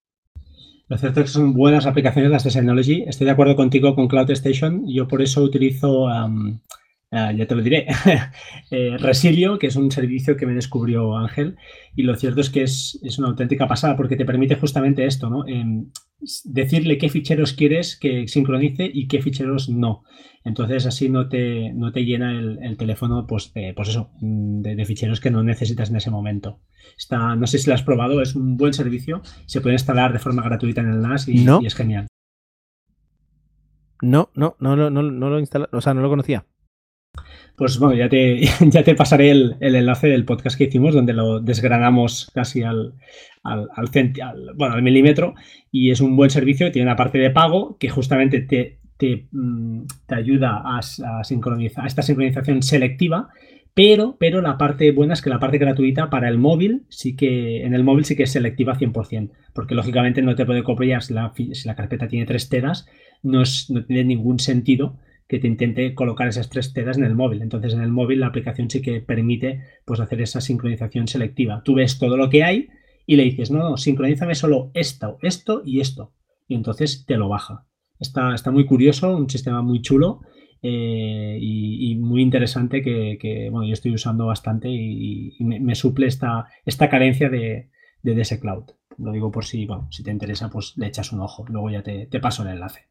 Lo cierto es que son buenas aplicaciones las de Synology. Estoy de acuerdo contigo con Cloud Station. Yo por eso utilizo, um, uh, ya te lo diré, eh, Resilio, que es un servicio que me descubrió Ángel. Y lo cierto es que es, es una auténtica pasada porque te permite justamente esto, ¿no? Eh, decirle qué ficheros quieres que sincronice y qué ficheros no. Entonces así no te, no te llena el, el teléfono pues, de, pues eso, de, de ficheros que no necesitas en ese momento. Está, no sé si lo has probado, es un buen servicio. Se puede instalar de forma gratuita en el N A S y, No, y es genial. no, no, no, no, no, no lo instalé, o sea, no lo conocía. Pues bueno, ya te, ya te pasaré el, el enlace del podcast que hicimos donde lo desgranamos casi al, al, al, centi, al, bueno, al milímetro y es un buen servicio, tiene una parte de pago que justamente te, te, te ayuda a, a, sincronizar, a esta sincronización selectiva. Pero, pero la parte buena es que la parte gratuita para el móvil, sí que en el móvil sí que es selectiva cien por ciento, porque lógicamente no te puede copiar si la, si la carpeta tiene tres teras, no, es, no tiene ningún sentido que te intente colocar esas tres teras en el móvil. Entonces en el móvil la aplicación sí que permite pues, hacer esa sincronización selectiva. Tú ves todo lo que hay y le dices, no, no, sincronízame solo esto, esto y esto. Y entonces te lo baja. Está, está muy curioso, un sistema muy chulo. Eh, y, y muy interesante que, que, bueno, yo estoy usando bastante y, y me, me, suple esta, esta carencia de, de D S Cloud. Lo digo por si, bueno, si te interesa, pues le echas un ojo. Luego ya te, te paso el enlace.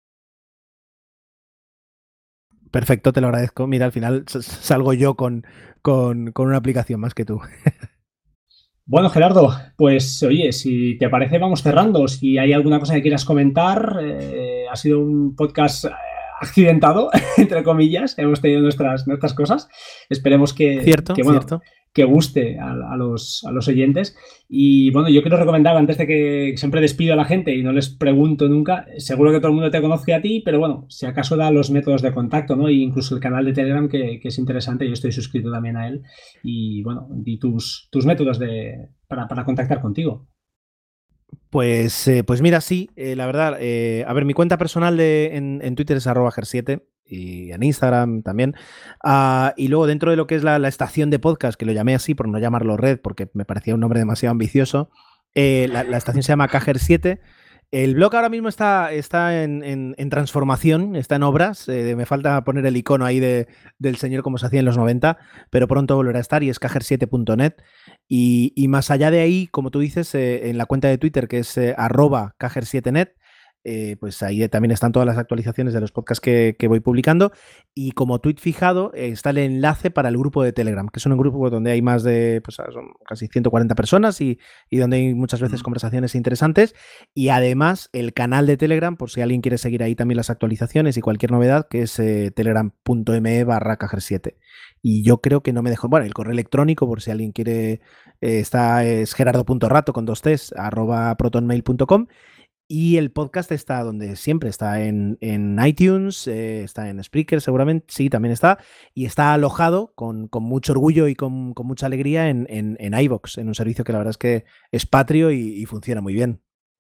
Perfecto, te lo agradezco. Mira, al final salgo yo con, con, con una aplicación más que tú. Bueno, Gerardo, pues oye, si te parece, vamos cerrando. Si hay alguna cosa que quieras comentar, eh, ha sido un podcast accidentado, entre comillas, hemos tenido nuestras, nuestras cosas. Esperemos que, cierto, que, bueno, cierto. que guste a, a, los, a los oyentes. Y bueno, yo quiero recomendar, antes de que siempre despido a la gente y no les pregunto nunca, seguro que todo el mundo te conoce a ti, pero bueno, si acaso da los métodos de contacto, ¿no? E incluso el canal de Telegram, que, que es interesante, yo estoy suscrito también a él. Y bueno, di tus, tus métodos de, para, para contactar contigo. Pues, eh, pues mira, sí, eh, la verdad, eh, a ver, mi cuenta personal de, en, en Twitter es arroba ger siete y en Instagram también. Ah, y luego dentro de lo que es la, la estación de podcast, que lo llamé así por no llamarlo red, porque me parecía un nombre demasiado ambicioso, eh, la, la estación se llama Cajer siete. El blog ahora mismo está, está en, en- en transformación, está en obras. Eh, me falta poner el icono ahí de- del señor como se hacía en los noventa, pero pronto volverá a estar y es cajer siete punto net. Y, y más allá de ahí, como tú dices, eh, en la cuenta de Twitter que es eh, arroba cajer siete net, eh, pues ahí también están todas las actualizaciones de los podcasts que, que voy publicando. Y como tweet fijado eh, está el enlace para el grupo de Telegram, que es un grupo donde hay más de, pues son casi ciento cuarenta personas y, y donde hay muchas veces conversaciones interesantes. Y además el canal de Telegram, por si alguien quiere seguir ahí también las actualizaciones y cualquier novedad, que es eh, telegram.me barra cajer siete. Y yo creo que no me dejo, bueno, el correo electrónico, por si alguien quiere, eh, está, es gerardo.rato con dos ts, arroba protonmail punto com. Y el podcast está donde siempre, está en, en iTunes, eh, está en Spreaker seguramente, sí, también está, y está alojado con, con mucho orgullo y con, con mucha alegría en, en, en iVoox, en un servicio que la verdad es que es patrio y, y funciona muy bien.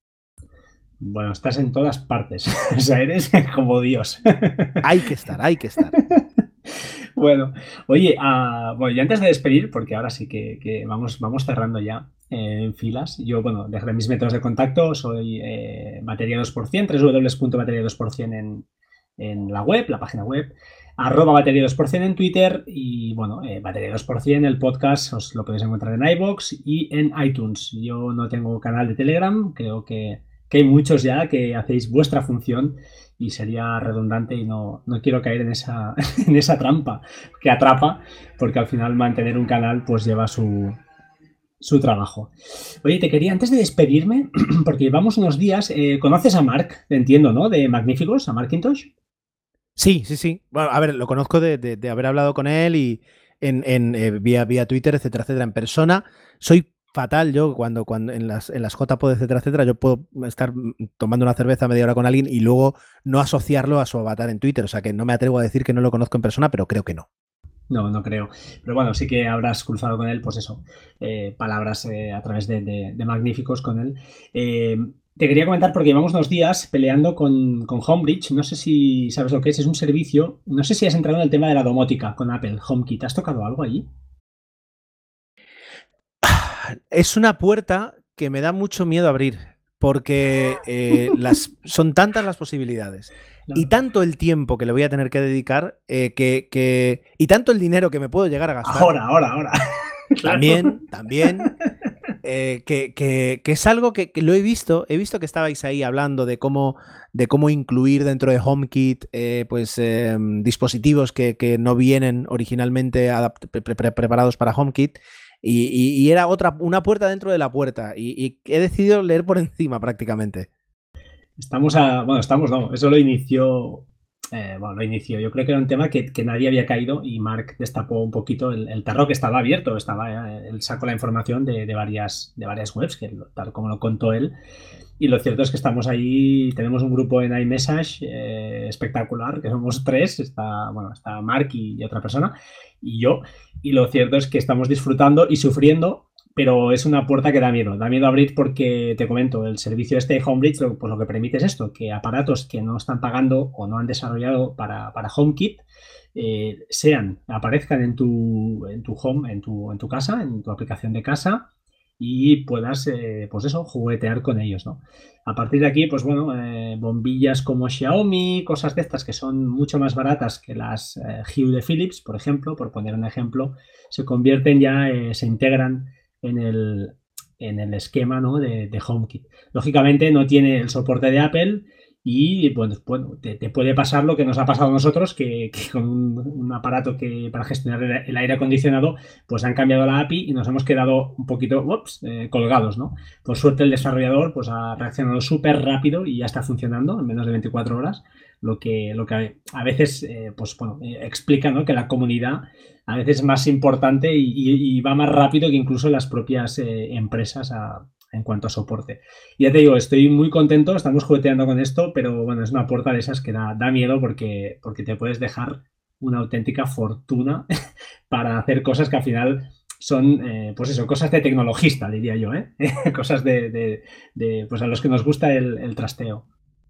Bueno, estás en todas partes. O sea, eres como Dios. Hay que estar, hay que estar. Bueno, oye, uh, bueno, y antes de despedir, porque ahora sí que, que vamos, vamos cerrando ya eh, en filas. Yo, bueno, dejaré mis métodos de contacto. Soy eh, Batería dos por ciento, w w w punto batería dos por ciento en, en la web, la página web, arroba batería dos por ciento en Twitter y, bueno, eh, Batería dos por ciento, el podcast os lo podéis encontrar en iVoox y en iTunes. Yo no tengo canal de Telegram, creo que, que hay muchos ya que hacéis vuestra función y sería redundante y no, no quiero caer en esa, en esa trampa que atrapa, porque al final mantener un canal pues lleva su, su trabajo. Oye, te quería, antes de despedirme, porque llevamos unos días, eh, ¿conoces a Mark? Entiendo, ¿no? De Magníficos, a Markintosh. Sí, sí, sí. Bueno, a ver, lo conozco de, de- de haber hablado con él y en, en, eh, vía, vía Twitter, etcétera, etcétera. En persona, soy fatal yo cuando, cuando en las, en las J P O D, etcétera, etcétera, yo puedo estar mm, tomando una cerveza media hora con alguien y luego no asociarlo a su avatar en Twitter. O sea que no me atrevo a decir que no lo conozco en persona, pero creo que no. No, no creo. Pero bueno, sí que habrás cruzado con él, pues eso, eh, palabras eh, a través de, de- de Magníficos con él. Eh, te quería comentar porque llevamos unos días peleando con, con Homebridge. No sé si sabes lo que es, es un servicio. No sé si has entrado en el tema de la domótica con Apple, HomeKit. ¿Has tocado algo allí? Es una puerta que me da mucho miedo abrir, porque eh, las, son tantas las posibilidades y Claro. tanto el tiempo que le voy a tener que dedicar eh, que, que- y tanto el dinero que me puedo llegar a gastar, Ahora, ahora, ahora. Claro. también, también, eh, que, que- que es algo que, que lo he visto, he visto que estabais ahí hablando de cómo, de cómo incluir dentro de HomeKit eh, pues, eh, dispositivos que, que no vienen originalmente adapt- pre- pre- preparados para HomeKit. Y, y- y era otra, una puerta dentro de la puerta. Y, y he decidido leer por encima prácticamente. Estamos a. Bueno, estamos, no. Eso lo inició. Eh, bueno, lo inició. Yo creo que era un tema que, que nadie había caído y Mark destapó un poquito el, el tarro que estaba abierto. Estaba, eh, él sacó la información de, de varias, de varias webs, que tal como lo contó él. Y lo cierto es que estamos ahí, tenemos un grupo en iMessage eh, espectacular, que somos tres, está, bueno, está Mark y, y otra persona, y yo, y lo cierto es que estamos disfrutando y sufriendo, pero es una puerta que da miedo, da miedo abrir porque, te comento, el servicio este de Homebridge, lo, pues lo que permite es esto, que aparatos que no están pagando o no han desarrollado para, para HomeKit, eh, sean, aparezcan en tu, en tu home, en tu, en tu casa, en tu aplicación de casa, y puedas, eh, pues eso, juguetear con ellos, ¿no? A partir de aquí, pues bueno, eh, bombillas como Xiaomi, cosas de estas que son mucho más baratas que las eh, Hue de Philips, por ejemplo, por poner un ejemplo, se convierten ya, eh, se integran en el, en el esquema, ¿no? de, de HomeKit. Lógicamente no tiene el soporte de Apple y bueno, bueno te, te, puede pasar lo que nos ha pasado a nosotros, que, que con un, un, aparato que para gestionar el, el, aire acondicionado, pues han cambiado la A P I y nos hemos quedado un poquito ups, eh, colgados, ¿no? Por suerte el desarrollador pues ha reaccionado súper rápido y ya está funcionando en menos de veinticuatro horas, lo que, lo que a veces eh, pues, bueno, eh, explica, ¿no? Que la comunidad a veces es más importante y, y, y va más rápido que incluso las propias eh, empresas a, en cuanto a soporte. Y ya te digo, estoy muy contento, estamos jugueteando con esto, pero bueno, es una puerta de esas que da, da miedo porque, porque te puedes dejar una auténtica fortuna para hacer cosas que al final son, eh, pues eso, cosas de tecnologista, diría yo, ¿eh? Cosas de, de, de, pues a los que nos gusta el, el trasteo.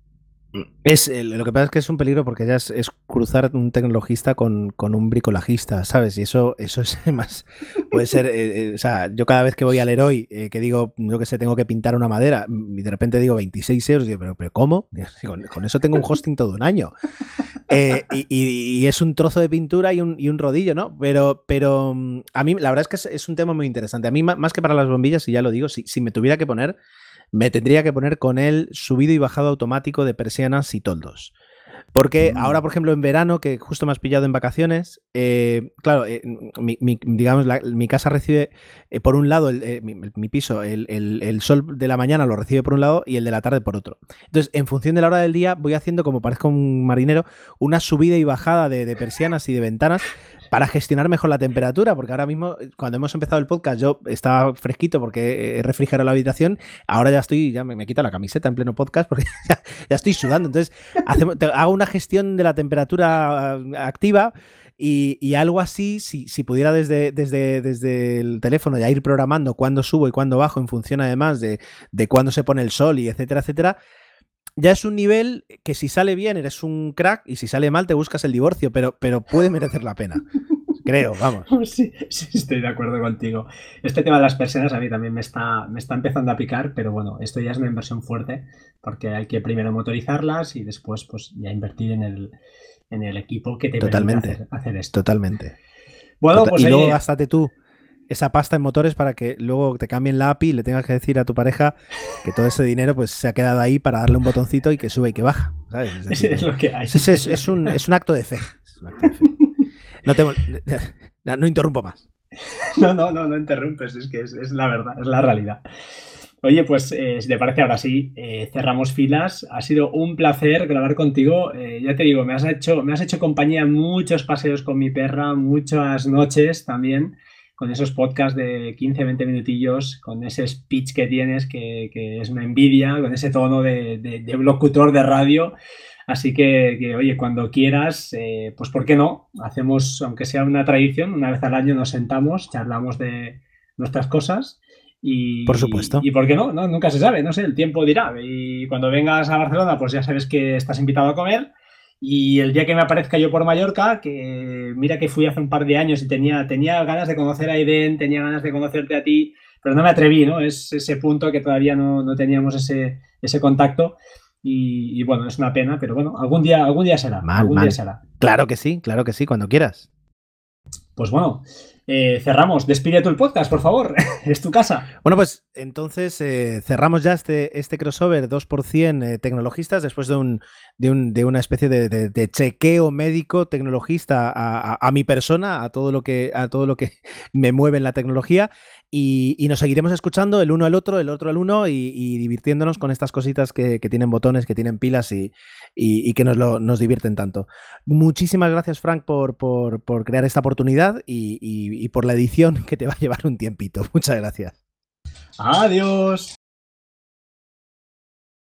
Es, eh, lo que pasa es que es un peligro porque ya es, es cruzar un tecnologista con, con un bricolajista, ¿sabes? Y eso, eso es más, puede ser, eh, eh, o sea, yo cada vez que voy al Leroy, eh, que digo, yo que sé, tengo que pintar una madera, y de repente digo veintiséis euros, y digo, pero, pero ¿cómo? Y con, con eso tengo un hosting todo un año. Eh, y, y, y es un trozo de pintura y un, y un rodillo, ¿no? Pero, pero a mí, la verdad es que es, es un tema muy interesante. A mí, más que para las bombillas, y ya lo digo, si, si me tuviera que poner, me tendría que poner con el subido y bajado automático de persianas y toldos. Porque mm. ahora, por ejemplo, en verano, que justo me has pillado en vacaciones, eh, claro, eh, mi, mi, digamos, la, mi casa recibe, eh, por un lado, el, eh, mi, mi piso, el, el, el sol de la mañana lo recibe por un lado y el de la tarde por otro. Entonces, en función de la hora del día, voy haciendo, como parezco un marinero, una subida y bajada de, de persianas y de ventanas para gestionar mejor la temperatura, porque ahora mismo, cuando hemos empezado el podcast, yo estaba fresquito porque he refrigerado la habitación, ahora ya estoy, ya me, me quito la camiseta en pleno podcast porque ya, ya estoy sudando. Entonces, hacemos, te, hago una gestión de la temperatura activa y, y algo así, si, si pudiera desde, desde, desde el teléfono ya ir programando cuándo subo y cuándo bajo en función además de, de cuándo se pone el sol y etcétera, etcétera, ya es un nivel que si sale bien eres un crack y si sale mal te buscas el divorcio, pero, pero puede merecer la pena. Creo, vamos. Sí, sí, estoy de acuerdo contigo. Este tema de las persianas a mí también me está, me está empezando a picar, pero bueno, esto ya es una inversión fuerte porque hay que primero motorizarlas y después pues ya invertir en el, en el equipo que te totalmente, permite hacer, hacer esto. Totalmente. Bueno, Total, pues y oye, luego gástate tú esa pasta en motores para que luego te cambien la A P I y le tengas que decir a tu pareja que todo ese dinero pues se ha quedado ahí para darle un botoncito y que sube y que baja, ¿sabes? Es, decir, es lo que hay. Es, es, es, un, es un acto de fe. Es un acto de fe. No, te, no interrumpo más. No, no, no, no interrumpes, es que es, es la verdad, es la realidad. Oye, pues eh, si te parece, ahora sí, eh, cerramos filas. Ha sido un placer grabar contigo. Eh, ya te digo, me has hecho, me has hecho compañía en muchos paseos con mi perra, muchas noches también, con esos podcasts de quince, veinte minutillos, con ese speech que tienes, que, que es una envidia, con ese tono de, de, de locutor de radio. Así que, que oye, cuando quieras, eh, pues ¿por qué no? Hacemos, aunque sea una tradición, una vez al año nos sentamos, charlamos de nuestras cosas. Y, por supuesto. Y, y por qué no, no, nunca se sabe, no sé, el tiempo dirá. Y cuando vengas a Barcelona, pues ya sabes que estás invitado a comer. Y el día que me aparezca yo por Mallorca, que mira que fui hace un par de años y tenía, tenía ganas de conocer a Eden, tenía ganas de conocerte a ti, pero no me atreví, ¿no? Es ese punto que todavía no, no teníamos ese, ese contacto. Y, y bueno, es una pena, pero bueno, algún día, algún día será. Mal, algún mal. día será. Claro que sí, claro que sí, cuando quieras. Pues bueno, eh, cerramos. Despide tú el podcast, por favor. Es tu casa. Bueno, pues entonces eh, cerramos ya este, este crossover dos por cien eh, tecnologistas después de, un, de, un, de una especie de, de, de chequeo médico tecnologista a, a, a mi persona, a todo lo que, a todo lo que me mueve en la tecnología. Y, y nos seguiremos escuchando el uno al otro, el otro al uno y, y divirtiéndonos con estas cositas que, que tienen botones, que tienen pilas y, y, y que nos, lo, nos divierten tanto. Muchísimas gracias, Frank, por, por, por crear esta oportunidad y, y, y por la edición que te va a llevar un tiempito. Muchas gracias. Adiós.